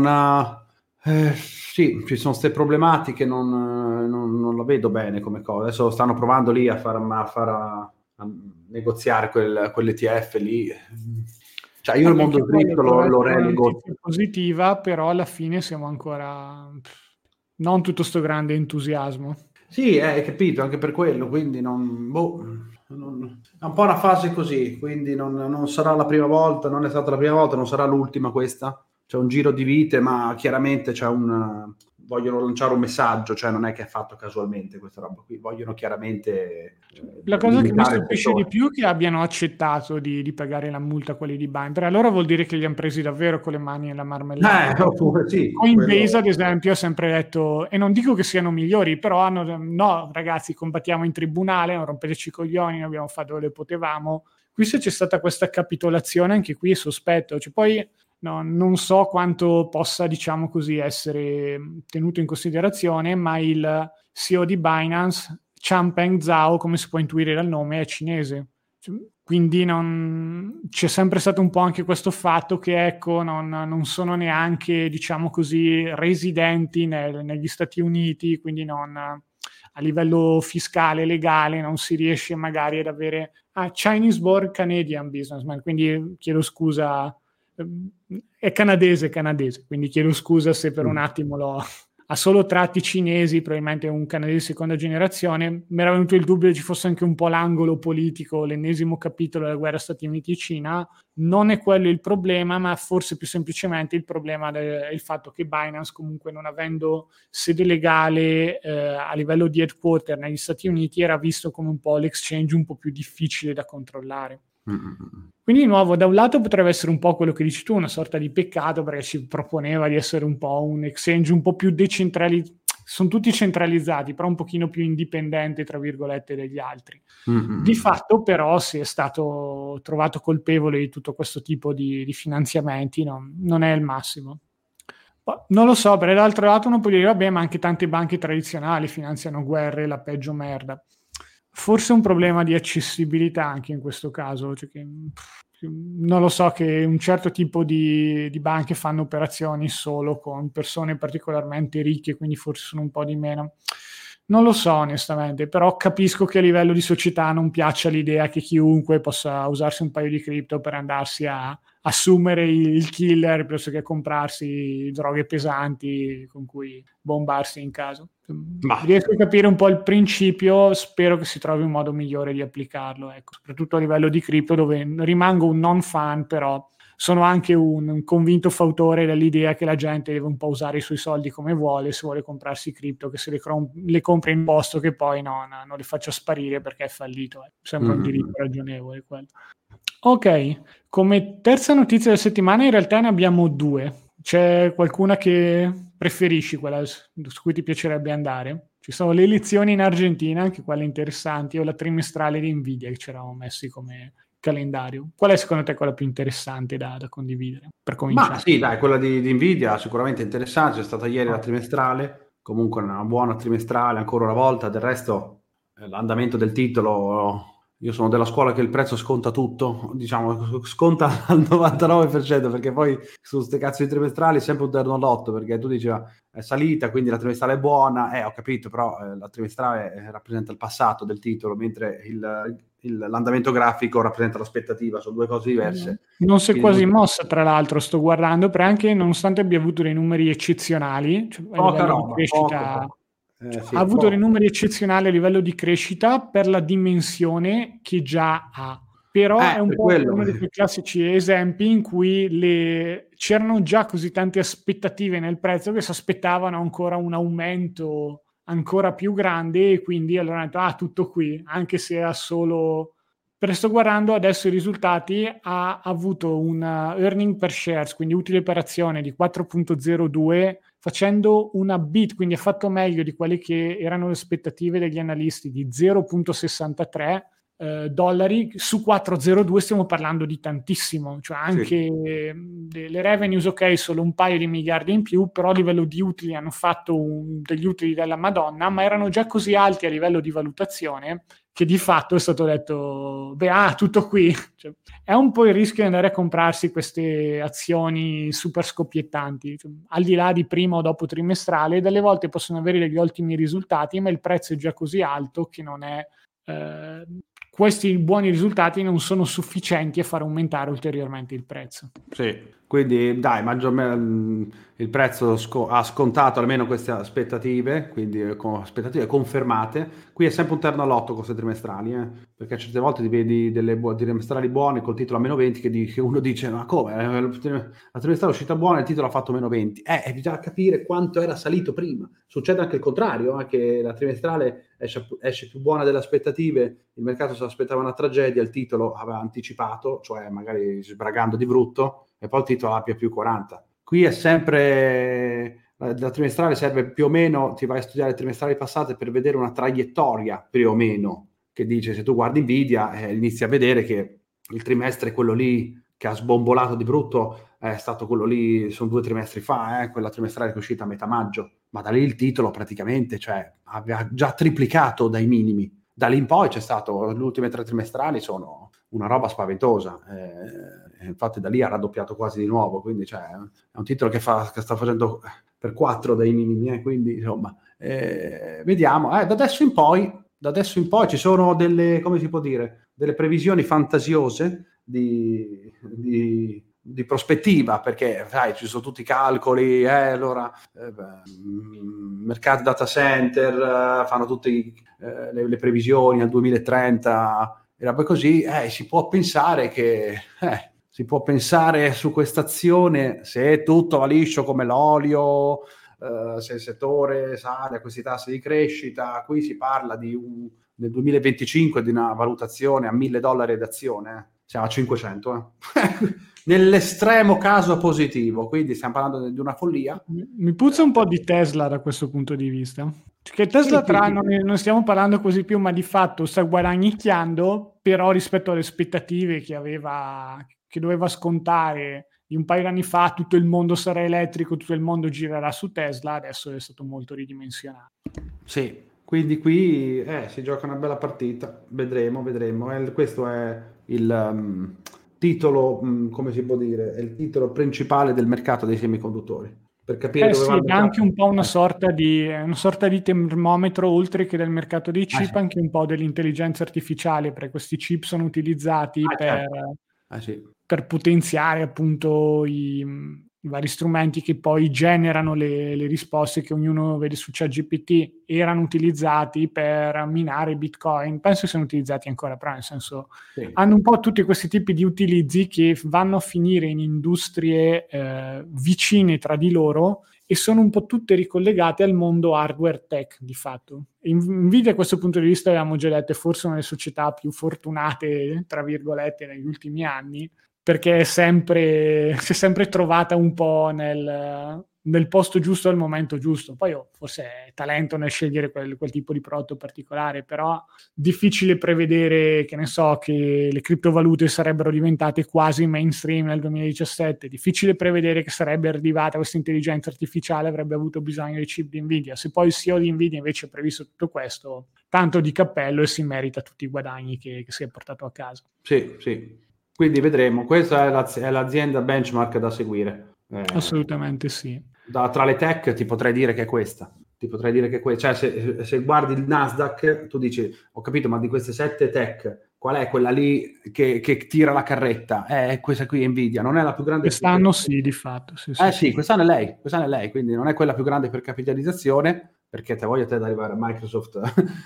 [SPEAKER 2] eh, sì, ci sono queste problematiche, non, non, non la vedo bene come cosa. Adesso stanno provando lì a far, a far a, a negoziare quel, quell'E T F lì. Cioè io
[SPEAKER 1] Eh,
[SPEAKER 2] il
[SPEAKER 1] che
[SPEAKER 2] mondo
[SPEAKER 1] anche quello
[SPEAKER 2] cripto lo,
[SPEAKER 1] doveva
[SPEAKER 2] lo
[SPEAKER 1] essere una
[SPEAKER 2] relego.
[SPEAKER 1] notizia positiva, però alla fine siamo ancora non tutto sto grande entusiasmo.
[SPEAKER 2] Sì, hai capito, anche per quello, quindi non, boh, non- è un po' una fase così, quindi non, non sarà la prima volta, non è stata la prima volta, non sarà l'ultima questa. C'è un giro di vite, ma chiaramente c'è un, vogliono lanciare un messaggio, cioè non è che è fatto casualmente questa roba qui, vogliono chiaramente eh,
[SPEAKER 1] La cosa che mi
[SPEAKER 2] limitare il
[SPEAKER 1] stupisce di
[SPEAKER 2] settore.
[SPEAKER 1] più è che abbiano accettato di, di pagare la multa a quelli di Binance. Allora vuol dire che li hanno presi davvero con le mani nella marmellata.
[SPEAKER 2] Eh, oppure sì,
[SPEAKER 1] Coinbase,
[SPEAKER 2] quello.
[SPEAKER 1] ad esempio, ha sempre detto, e non dico che siano migliori, però hanno, no, ragazzi, combattiamo in tribunale, non rompeteci i coglioni, non abbiamo fatto dove potevamo. Qui se c'è stata questa capitolazione, anche qui è sospetto. Cioè, poi no, non so quanto possa, diciamo così, essere tenuto in considerazione, ma il C E O di Binance, Changpeng Zhao, come si può intuire dal nome, è cinese. Quindi non, c'è sempre stato un po' anche questo fatto che ecco, non, non sono neanche, diciamo così, residenti nel, negli Stati Uniti, quindi non, a livello fiscale, legale, non si riesce magari ad avere ah, Chinese born Canadian businessman, quindi chiedo scusa, è canadese, canadese, quindi chiedo scusa se per un attimo l'ho, ha solo tratti cinesi, probabilmente un canadese di seconda generazione. Mi era venuto il dubbio che ci fosse anche un po' l'angolo politico, l'ennesimo capitolo della guerra Stati Uniti-Cina. Non è quello il problema, ma forse più semplicemente il problema è il fatto che Binance, comunque non avendo sede legale eh, a livello di headquarter negli Stati Uniti, era visto come un po' l'exchange un po' più difficile da controllare. Mm-hmm. Quindi di nuovo, da un lato potrebbe essere un po' quello che dici tu, una sorta di peccato perché ci proponeva di essere un po' un exchange un po' più decentralizzato, sono tutti centralizzati, però un pochino più indipendente, tra virgolette, degli altri. Mm-hmm. Di fatto però si è stato trovato colpevole di tutto questo tipo di, di finanziamenti, no? Non è il massimo. Non lo so, per l'altro lato uno può dire, vabbè, ma anche tante banche tradizionali finanziano guerre, la peggio merda. Forse un problema di accessibilità anche in questo caso, cioè che, non lo so, che un certo tipo di, di banche fanno operazioni solo con persone particolarmente ricche, quindi forse sono un po' di meno. Non lo so onestamente, però capisco che a livello di società non piaccia l'idea che chiunque possa usarsi un paio di cripto per andarsi a assumere il killer piuttosto che comprarsi droghe pesanti con cui bombarsi in caso. Ma riesco a capire un po' il principio, spero che si trovi un modo migliore di applicarlo, ecco, soprattutto a livello di cripto dove rimango un non fan, però sono anche un, un convinto fautore dell'idea che la gente deve un po' usare i suoi soldi come vuole, se vuole comprarsi cripto, che se le, crom- le compra in posto che poi no, no, non le faccia sparire perché è fallito. Eh. Sembra mm-hmm. un diritto ragionevole quello. Ok, come terza notizia della settimana in realtà ne abbiamo due. C'è qualcuna che preferisci, quella su cui ti piacerebbe andare? Ci sono le elezioni in Argentina, anche quelle interessanti, o la trimestrale di Nvidia che ci eravamo messi come calendario. Qual è secondo te quella più interessante da, da condividere? Per cominciare.
[SPEAKER 2] Ma sì, dai, quella di, di Nvidia sicuramente interessante, c'è stata ieri la trimestrale, comunque una buona trimestrale ancora una volta, del resto eh, l'andamento del titolo io sono della scuola che il prezzo sconta tutto, diciamo, sconta al novantanove per cento, perché poi su queste cazzo di trimestrali è sempre un terno all'otto, perché tu dici è salita, quindi la trimestrale è buona, eh ho capito, però eh, la trimestrale eh, rappresenta il passato del titolo, mentre il, il, l'andamento grafico rappresenta l'aspettativa, sono due cose diverse.
[SPEAKER 1] Non si è
[SPEAKER 2] Quindi
[SPEAKER 1] quasi
[SPEAKER 2] non...
[SPEAKER 1] mossa, tra l'altro, sto guardando, per anche nonostante abbia avuto dei numeri eccezionali, cioè a
[SPEAKER 2] Poca
[SPEAKER 1] livello
[SPEAKER 2] roba,
[SPEAKER 1] di crescita...
[SPEAKER 2] poco, poco. Eh,
[SPEAKER 1] Cioè,
[SPEAKER 2] sì,
[SPEAKER 1] ha avuto
[SPEAKER 2] poco.
[SPEAKER 1] dei numeri eccezionali a livello di crescita per la dimensione che già ha. Però
[SPEAKER 2] Eh,
[SPEAKER 1] è un
[SPEAKER 2] per
[SPEAKER 1] po'
[SPEAKER 2] quello.
[SPEAKER 1] uno di quei classici esempi in cui le... c'erano già così tante aspettative nel prezzo che si aspettavano ancora un aumento ancora più grande e quindi allora hanno detto, ah, tutto qui, anche se era solo... Per sto guardando adesso i risultati, ha avuto un earning per shares, quindi utile per azione di quattro virgola zero due, facendo una beat, quindi ha fatto meglio di quelle che erano le aspettative degli analisti di zero virgola sessantatré eh, dollari su quattro virgola zero due. Stiamo parlando di tantissimo, cioè anche sì. Le revenues ok, solo un paio di miliardi in più, però a livello di utili hanno fatto un, degli utili della Madonna, ma erano già così alti a livello di valutazione che di fatto è stato detto, beh, ah, tutto qui. Cioè, è un po' il rischio di andare a comprarsi queste azioni super scoppiettanti, cioè, al di là di prima o dopo trimestrale, dalle volte possono avere degli ottimi risultati, ma il prezzo è già così alto che non è... Eh, questi buoni risultati non sono sufficienti a far aumentare ulteriormente il prezzo.
[SPEAKER 2] Sì, quindi dai, maggiormente il prezzo sco- ha scontato almeno queste aspettative, quindi con aspettative confermate. Qui è sempre un terno all'otto con queste trimestrali, eh? Perché certe volte ti vedi delle bu- trimestrali buone col titolo a meno venti che, di- che uno dice, ma come? La trimestrale è uscita buona e il titolo ha fatto meno venti. Eh, bisogna capire quanto era salito prima. Succede anche il contrario, eh, che la trimestrale esce, esce più buona delle aspettative, il mercato si aspettava una tragedia, il titolo aveva anticipato, cioè magari sbragando di brutto, e poi il titolo abbia più quaranta. Qui è sempre, la trimestrale serve più o meno, ti vai a studiare le trimestrali passate per vedere una traiettoria più o meno, che dice, se tu guardi Nvidia eh, inizi a vedere che il trimestre, quello lì che ha sbombolato di brutto, è stato quello lì, sono due trimestri fa, eh, quella trimestrale che è uscita a metà maggio, ma da lì il titolo praticamente, cioè, aveva già triplicato dai minimi. Da lì in poi c'è stato, le ultime tre trimestrali sono una roba spaventosa, eh, infatti da lì ha raddoppiato quasi di nuovo, quindi cioè, è un titolo che, fa, che sta facendo per quattro dai minimi, eh, quindi insomma, eh, vediamo, eh, da adesso in poi, da adesso in poi ci sono delle, come si può dire, delle previsioni fantasiose di, di, di prospettiva, perché sai, ci sono tutti i calcoli, eh, allora eh, mercati data center, eh, fanno tutte eh, le, le previsioni al duemilatrenta e roba così, eh, si può pensare che eh, si può pensare su questa azione, se tutto va liscio come l'olio, eh, se il settore sale a questi tassi di crescita, qui si parla di un, nel duemilaventicinque di una valutazione a mille dollari ad azione, eh. Siamo a cinquecento, eh. Nell'estremo caso positivo, quindi stiamo parlando di una follia.
[SPEAKER 1] Mi puzza un po' di Tesla da questo punto di vista. Che Tesla
[SPEAKER 2] Sì,
[SPEAKER 1] tra
[SPEAKER 2] sì,
[SPEAKER 1] non,
[SPEAKER 2] sì.
[SPEAKER 1] non stiamo parlando così più, ma di fatto sta guadagnicchiando, però rispetto alle aspettative che aveva, che doveva scontare di un paio di anni fa, tutto il mondo sarà elettrico, tutto il mondo girerà su Tesla, adesso è stato molto ridimensionato.
[SPEAKER 2] Sì, quindi qui eh, si gioca una bella partita, vedremo, vedremo. Eh, questo è il um, titolo, um, come si può dire, è il titolo principale del mercato dei semiconduttori. Per capire
[SPEAKER 1] Eh
[SPEAKER 2] dove va
[SPEAKER 1] sì,
[SPEAKER 2] il
[SPEAKER 1] è anche
[SPEAKER 2] mercato.
[SPEAKER 1] un po' una
[SPEAKER 2] Eh,
[SPEAKER 1] sorta di, una sorta di termometro, oltre che del mercato dei
[SPEAKER 2] ah,
[SPEAKER 1] chip,
[SPEAKER 2] sì.
[SPEAKER 1] anche un po' dell'intelligenza artificiale, perché questi chip sono utilizzati
[SPEAKER 2] Ah,
[SPEAKER 1] per,
[SPEAKER 2] certo. Ah, sì.
[SPEAKER 1] per potenziare appunto i, i vari strumenti che poi generano le, le risposte che ognuno vede su ChatGPT. Erano utilizzati per minare Bitcoin, penso siano utilizzati ancora, però nel senso
[SPEAKER 2] Sì.
[SPEAKER 1] hanno un po' tutti questi tipi di utilizzi che vanno a finire in industrie eh, vicine tra di loro e sono un po' tutte ricollegate al mondo hardware tech di fatto. Nvidia, a questo punto di vista, avevamo già detto, è forse una delle società più fortunate, tra virgolette, negli ultimi anni, perché è sempre, si è sempre trovata un po' nel, nel posto giusto al momento giusto. Poi oh, forse è talento nel scegliere quel, quel tipo di prodotto particolare, però difficile prevedere, che ne so, che le criptovalute sarebbero diventate quasi mainstream nel duemiladiciassette, difficile prevedere che sarebbe arrivata questa intelligenza artificiale, avrebbe avuto bisogno dei chip di Nvidia. Se poi il C E O di Nvidia invece ha previsto tutto questo, tanto di cappello e si merita tutti i guadagni che, che si è portato a casa.
[SPEAKER 2] Sì, sì. Quindi vedremo. Questa è, l'az- è l'azienda benchmark da seguire. Eh,
[SPEAKER 1] Assolutamente sì.
[SPEAKER 2] Da, tra le tech ti potrei dire che è questa. Ti potrei dire che è questa. Cioè, se, se guardi il Nasdaq, tu dici, ho capito, ma di queste sette tech, qual è quella lì che, che tira la carretta? Eh, È questa qui, Nvidia. Non è la più grande.
[SPEAKER 1] Quest'anno sì, di fatto. Sì, sì,
[SPEAKER 2] Eh sì,
[SPEAKER 1] sì.
[SPEAKER 2] quest'anno è lei, quest'anno è lei, quindi non è quella più grande per capitalizzazione, perché te voglia te di arrivare a Microsoft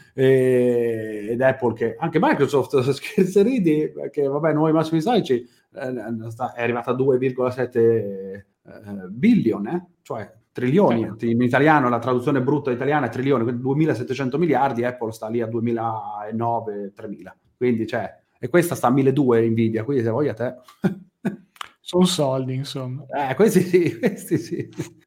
[SPEAKER 2] e, ed Apple, che anche Microsoft, scherzi ridi, perché vabbè, noi massimi storici eh, sta, è arrivata a due virgola sette eh, billion, eh? Cioè trilioni,
[SPEAKER 1] Sì.
[SPEAKER 2] in italiano la traduzione brutta italiana è trilioni, quindi duemilasettecento miliardi, Apple sta lì a duemilanove tremila, quindi cioè, e questa sta a milleduecento Nvidia, quindi se voglia te...
[SPEAKER 1] Sono soldi, insomma.
[SPEAKER 2] Eh, questi sì, questi sì.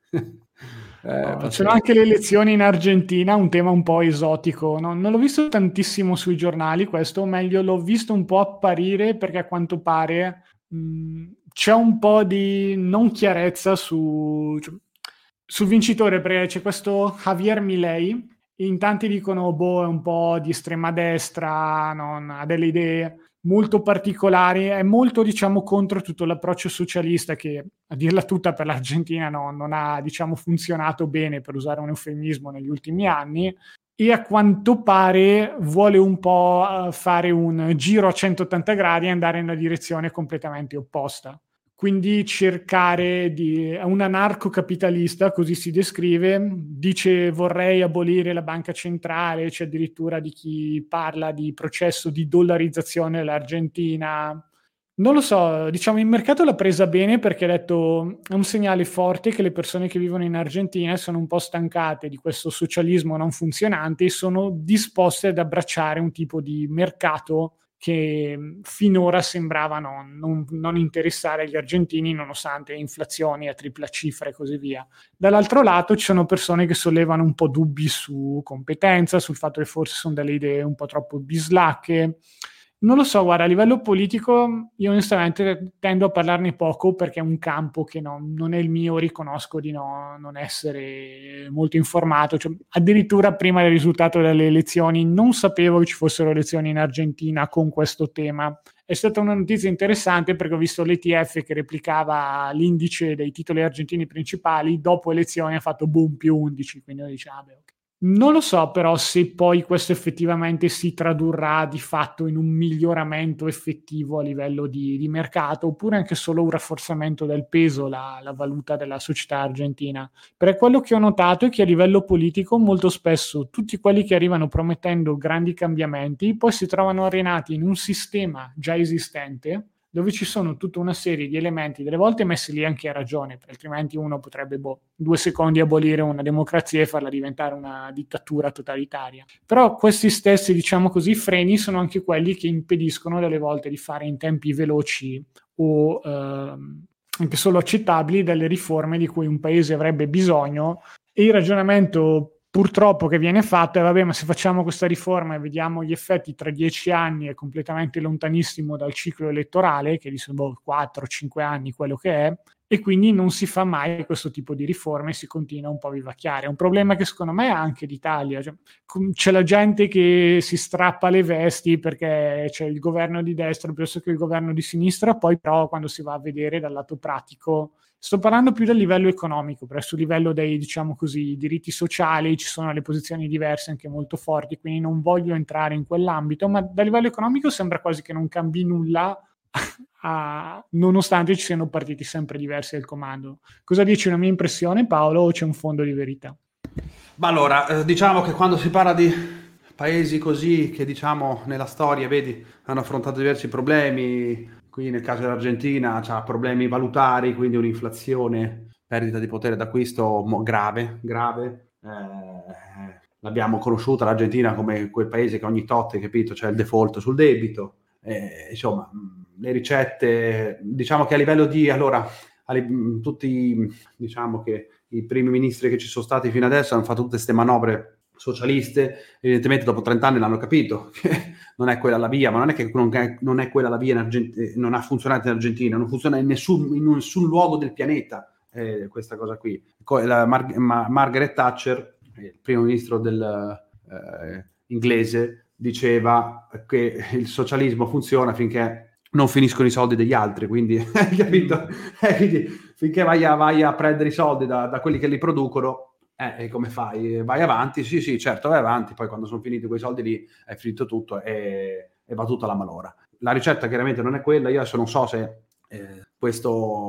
[SPEAKER 2] Eh,
[SPEAKER 1] Oh, c'erano anche le elezioni in Argentina, un tema un po' esotico. No? Non l'ho visto tantissimo sui giornali questo, o meglio l'ho visto un po' apparire perché a quanto pare mh, c'è un po' di non chiarezza su, cioè, sul vincitore, perché c'è questo Javier Milei, in tanti dicono boh, è un po' di estrema destra, non ha delle idee molto particolari, è molto diciamo contro tutto l'approccio socialista che a dirla tutta per l'Argentina no, non ha diciamo funzionato bene, per usare un eufemismo, negli ultimi anni, e a quanto pare vuole un po' fare un giro a centottanta gradi e andare in una direzione completamente opposta. Quindi cercare di... è un anarcocapitalista, così si descrive, dice vorrei abolire la banca centrale, c'è addirittura di chi parla di processo di dollarizzazione dell'Argentina. Non lo so, diciamo il mercato l'ha presa bene perché ha detto è un segnale forte che le persone che vivono in Argentina sono un po' stancate di questo socialismo non funzionante e sono disposte ad abbracciare un tipo di mercato che finora sembrava non, non, non interessare gli argentini nonostante inflazioni a tripla cifra e così via. Dall'altro lato ci sono persone che sollevano un po' dubbi su competenza, sul fatto che forse sono delle idee un po' troppo bislacche. Non lo so, guarda, a livello politico io onestamente tendo a parlarne poco perché è un campo che no, non è il mio, riconosco di no, non essere molto informato. Cioè, addirittura prima del risultato delle elezioni non sapevo che ci fossero elezioni in Argentina con questo tema. È stata una notizia interessante perché ho visto l'E T F che replicava l'indice dei titoli argentini principali, dopo elezioni ha fatto boom più undici, quindi io dicevo, ah, beh, ok. Non lo so però se poi questo effettivamente si tradurrà di fatto in un miglioramento effettivo a livello di, di mercato oppure anche solo un rafforzamento del peso, la, la valuta della società argentina. Per quello che ho notato è che a livello politico molto spesso tutti quelli che arrivano promettendo grandi cambiamenti poi si trovano arenati in un sistema già esistente dove ci sono tutta una serie di elementi, delle volte messi lì anche a ragione, altrimenti uno potrebbe boh, due secondi abolire una democrazia e farla diventare una dittatura totalitaria. Però questi stessi, diciamo così, freni sono anche quelli che impediscono delle volte di fare in tempi veloci o ehm, anche solo accettabili delle riforme di cui un paese avrebbe bisogno. E il ragionamento purtroppo che viene fatto è vabbè, ma se facciamo questa riforma e vediamo gli effetti tra dieci anni è completamente lontanissimo dal ciclo elettorale, che di boh, quattro cinque anni quello che è, e quindi non si fa mai questo tipo di riforme e si continua un po' a vivacchiare. È un problema che secondo me è anche d'Italia, cioè, c'è la gente che si strappa le vesti perché c'è il governo di destra piuttosto che il governo di sinistra, poi però quando si va a vedere dal lato pratico, sto parlando più del livello economico, perché sul livello dei, diciamo così, diritti sociali ci sono le posizioni diverse anche molto forti, quindi non voglio entrare in quell'ambito, ma dal livello economico sembra quasi che non cambi nulla a, nonostante ci siano partiti sempre diversi al comando. Cosa dici, una mia impressione, Paolo, o c'è un fondo di verità?
[SPEAKER 2] Ma allora, eh, diciamo che quando si parla di paesi così che diciamo nella storia, vedi, hanno affrontato diversi problemi, qui nel caso dell'Argentina c'ha problemi valutari, quindi un'inflazione, perdita di potere d'acquisto mo- grave, grave. Eh, l'abbiamo conosciuta l'Argentina come quel paese che ogni tot, capito, c'è il default sul debito. Eh, insomma, le ricette, diciamo che a livello di, allora, alle, tutti, diciamo che i primi ministri che ci sono stati fino adesso hanno fatto tutte queste manovre socialiste, evidentemente dopo trenta anni l'hanno capito che non è quella la via, ma non è che non è, non è quella la via in Argentina, non ha funzionato in Argentina, non funziona in nessun, in nessun luogo del pianeta eh, questa cosa qui. La Mar- Ma- Margaret Thatcher, il primo ministro del, eh, inglese diceva che il socialismo funziona finché non finiscono i soldi degli altri, quindi hai capito? Eh, quindi finché vai a, vai a prendere i soldi da, da quelli che li producono, eh, come fai? Vai avanti? Sì, sì, certo, vai avanti, poi quando sono finiti quei soldi lì è finito tutto e, e va tutta la malora. La ricetta chiaramente non è quella, io adesso non so se eh, questo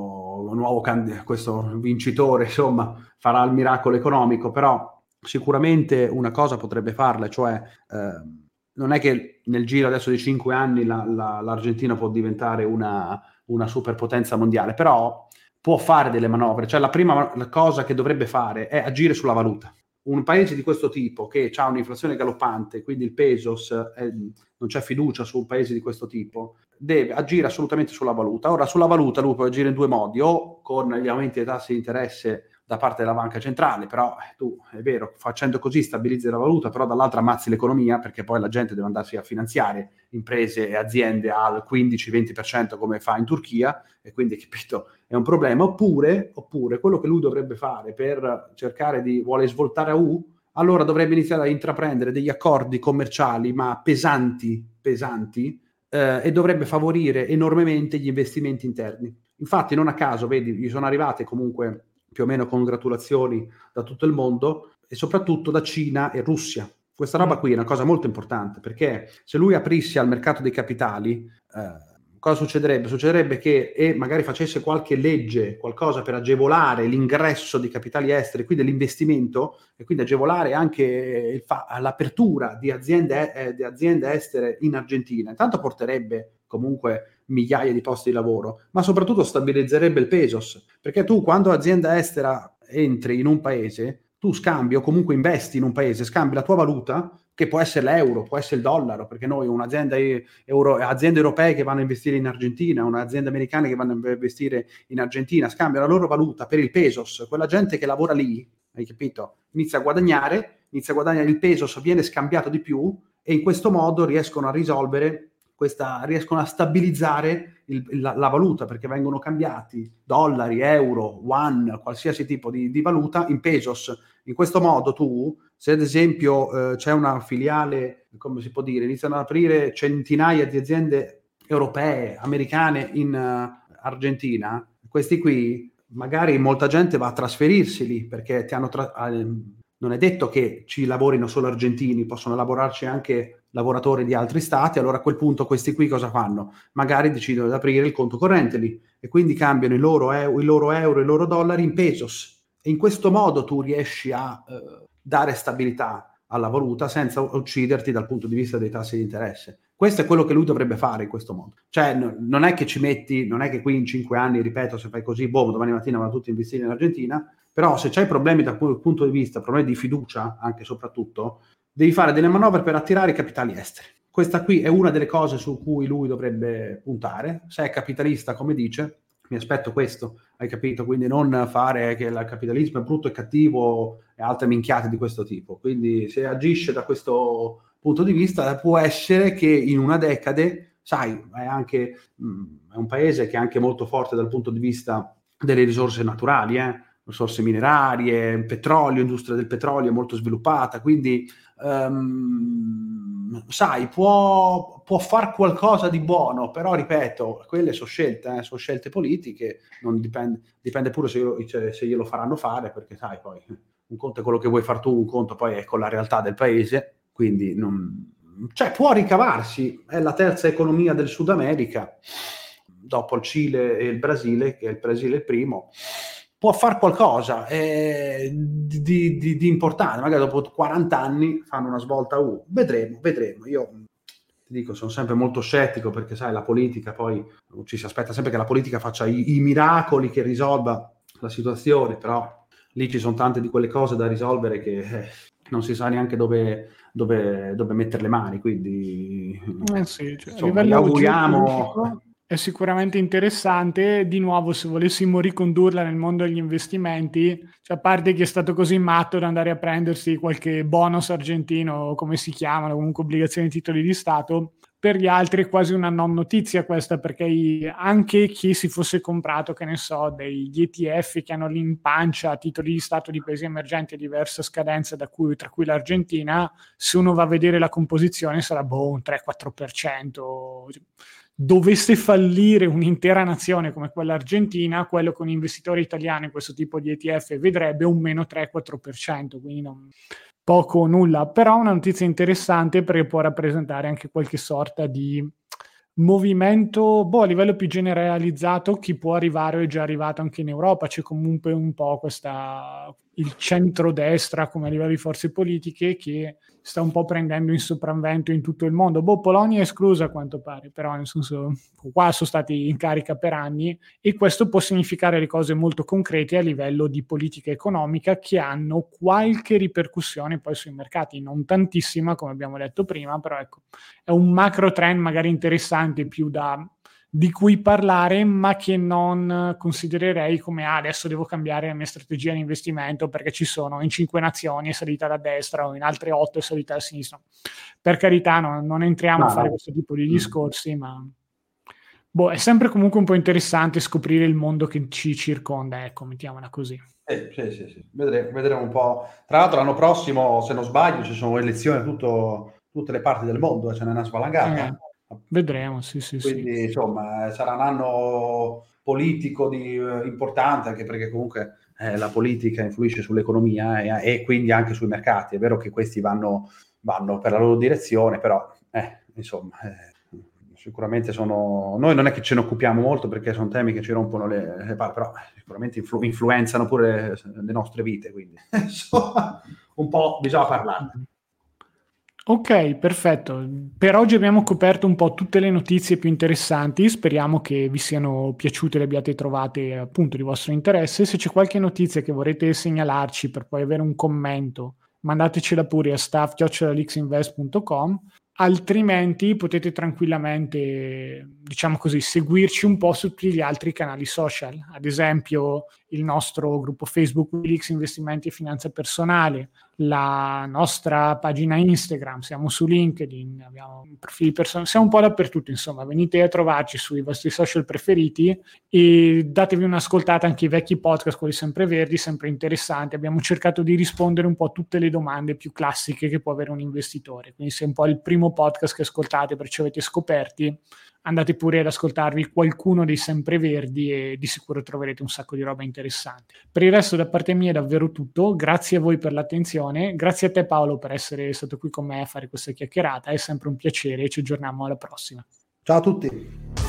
[SPEAKER 2] nuovo cand- questo vincitore, insomma, farà il miracolo economico, però sicuramente una cosa potrebbe farla, cioè eh, non è che nel giro adesso di cinque anni la, la, l'Argentina può diventare una, una superpotenza mondiale, però può fare delle manovre. Cioè la prima cosa che dovrebbe fare è agire sulla valuta. Un paese di questo tipo che ha un'inflazione galoppante, quindi il pesos, eh, non c'è fiducia su un paese di questo tipo, deve agire assolutamente sulla valuta. Ora, sulla valuta lui può agire in due modi, o con gli aumenti dei tassi di interesse da parte della banca centrale, però eh, tu, è vero, facendo così stabilizzi la valuta, però dall'altra ammazzi l'economia, perché poi la gente deve andarsi a finanziare imprese e aziende al quindici venti per cento come fa in Turchia, e quindi, capito, è un problema. Oppure, oppure quello che lui dovrebbe fare per cercare di, vuole svoltare a U, allora dovrebbe iniziare a intraprendere degli accordi commerciali, ma pesanti, pesanti, eh, e dovrebbe favorire enormemente gli investimenti interni. Infatti, non a caso, vedi, gli sono arrivate comunque più o meno congratulazioni da tutto il mondo, e soprattutto da Cina e Russia. Questa roba qui è una cosa molto importante, perché se lui aprisse al mercato dei capitali, eh, cosa succederebbe? Succederebbe che e magari facesse qualche legge, qualcosa per agevolare l'ingresso di capitali esteri, quindi l'investimento, e quindi agevolare anche il fa- l'apertura di aziende, eh, di aziende estere in Argentina. Intanto porterebbe comunque migliaia di posti di lavoro, ma soprattutto stabilizzerebbe il pesos, perché tu quando azienda estera entri in un paese, tu scambi o comunque investi in un paese, scambi la tua valuta, che può essere l'euro, può essere il dollaro, perché noi un'azienda euro, aziende europee che vanno a investire in Argentina, un'azienda americana che vanno a investire in Argentina, scambiano la loro valuta per il pesos. Quella gente che lavora lì, hai capito, inizia a guadagnare, inizia a guadagnare, il pesos viene scambiato di più, e in questo modo riescono a risolvere questa, riescono a stabilizzare il, la, la valuta, perché vengono cambiati dollari, euro, yuan, qualsiasi tipo di, di valuta in pesos. In questo modo tu, se ad esempio eh, c'è una filiale, come si può dire, iniziano ad aprire centinaia di aziende europee, americane in uh, Argentina, questi qui magari molta gente va a trasferirsi lì, perché ti hanno tra- eh, non è detto che ci lavorino solo argentini, possono lavorarci anche lavoratori di altri stati. Allora a quel punto questi qui cosa fanno? Magari decidono di aprire il conto corrente lì e quindi cambiano i loro, eu- i loro euro, i loro dollari in pesos, e in questo modo tu riesci a eh, dare stabilità alla valuta senza ucciderti dal punto di vista dei tassi di interesse. Questo è quello che lui dovrebbe fare in questo modo. Cioè no, non è che ci metti, non è che qui in cinque anni, ripeto, se fai così, boh, domani mattina vanno tutti a investire in Argentina, però se c'hai problemi da quel punto di vista, problemi di fiducia anche soprattutto, devi fare delle manovre per attirare i capitali esteri. Questa qui è una delle cose su cui lui dovrebbe puntare. Se è capitalista, come dice, mi aspetto questo, hai capito? Quindi non fare che il capitalismo è brutto e cattivo e altre minchiate di questo tipo. Quindi se agisce da questo punto di vista, può essere che in una decade, sai, è anche mh, è un paese che è anche molto forte dal punto di vista delle risorse naturali, eh? risorse minerarie, petrolio, industria del petrolio è molto sviluppata, quindi um, sai, può, può far qualcosa di buono, però ripeto, quelle sono scelte, eh, sono scelte politiche, non dipende, dipende pure se, io, cioè, se glielo faranno fare, perché sai, poi un conto è quello che vuoi far tu, un conto poi è con la realtà del paese, quindi non, cioè, può ricavarsi, è la terza economia del Sud America, dopo il Cile e il Brasile, che è il Brasile il primo, può fare qualcosa eh, di, di, di importante, magari dopo quaranta anni fanno una svolta U, vedremo, vedremo. Io ti dico, sono sempre molto scettico, perché sai, la politica poi, ci si aspetta sempre che la politica faccia i, i miracoli che risolva la situazione, però lì ci sono tante di quelle cose da risolvere che eh, non si sa neanche dove, dove, dove mettere le mani, quindi
[SPEAKER 1] eh sì, cioè,
[SPEAKER 2] insomma,
[SPEAKER 1] a
[SPEAKER 2] gli
[SPEAKER 1] livello
[SPEAKER 2] auguriamo
[SPEAKER 1] geopolitico è sicuramente interessante. Di nuovo, se volessimo ricondurla nel mondo degli investimenti, cioè a parte chi è stato così matto da andare a prendersi qualche bonus argentino, come si chiamano, comunque obbligazioni e titoli di Stato, per gli altri è quasi una non notizia questa, perché anche chi si fosse comprato, che ne so, degli E T F che hanno lì in pancia titoli di Stato di paesi emergenti a diversa scadenza, da cui, tra cui l'Argentina, se uno va a vedere la composizione sarà boh, un tre quattro per cento. Dovesse fallire un'intera nazione come quella argentina, quello con investitori italiani in questo tipo di E T F vedrebbe un meno tre quattro per cento, quindi non... poco o nulla, però una notizia interessante perché può rappresentare anche qualche sorta di movimento, boh, a livello più generalizzato, chi può arrivare o è già arrivato anche in Europa. C'è comunque un po' questa, il centrodestra come a livello di forze politiche che sta un po' prendendo in sopravvento in tutto il mondo. Boh, Polonia è esclusa a quanto pare, però nel senso qua sono stati in carica per anni e questo può significare le cose molto concrete a livello di politica economica che hanno qualche ripercussione poi sui mercati, non tantissima come abbiamo detto prima, però ecco, è un macro trend magari interessante più da di cui parlare, ma che non considererei come ah, adesso devo cambiare la mia strategia di investimento perché ci sono in cinque nazioni è salita da destra o in altre otto è salita da sinistra. Per carità, no, non entriamo no, a fare no. questo tipo di discorsi, ma boh, è sempre comunque un po' interessante scoprire il mondo che ci circonda, ecco, mettiamola così.
[SPEAKER 2] Eh, sì, sì, sì. Vedremo, vedremo un po'. Tra l'altro l'anno prossimo, se non sbaglio, ci sono elezioni in tutto, tutte le parti del mondo, ce n'è una svalangata.
[SPEAKER 1] Eh. Vedremo, sì, sì,
[SPEAKER 2] quindi
[SPEAKER 1] sì.
[SPEAKER 2] Insomma sarà un anno politico di, eh, importante, anche perché comunque eh, la politica influisce sull'economia e, e quindi anche sui mercati. È vero che questi vanno, vanno per la loro direzione, però eh, insomma eh, sicuramente sono... Noi non è che ce ne occupiamo molto perché sono temi che ci rompono le, le palle, però sicuramente influ- influenzano pure le, le nostre vite, quindi insomma un po' bisogna parlarne.
[SPEAKER 1] Ok, perfetto. Per oggi abbiamo coperto un po' tutte le notizie più interessanti. Speriamo che vi siano piaciute e le abbiate trovate appunto di vostro interesse. Se c'è qualche notizia che vorrete segnalarci per poi avere un commento, mandatecela pure a staff chiocciola lixinvest punto com. Altrimenti potete tranquillamente, diciamo così, seguirci un po' su tutti gli altri canali social, ad esempio il nostro gruppo Facebook Lix Investimenti e Finanza Personale, la nostra pagina Instagram, siamo su LinkedIn, abbiamo profili personali, siamo un po' dappertutto, insomma, venite a trovarci sui vostri social preferiti e datevi un'ascoltata anche ai vecchi podcast, quelli sempreverdi, sempre interessanti. Abbiamo cercato di rispondere un po' a tutte le domande più classiche che può avere un investitore, quindi se è un po' il primo podcast che ascoltate perché ci avete scoperti, andate pure ad ascoltarvi qualcuno dei sempreverdi e di sicuro troverete un sacco di roba interessante. Per il resto da parte mia è davvero tutto, grazie a voi per l'attenzione, grazie a te Paolo per essere stato qui con me a fare questa chiacchierata, è sempre un piacere e ci aggiorniamo alla prossima.
[SPEAKER 2] Ciao a tutti.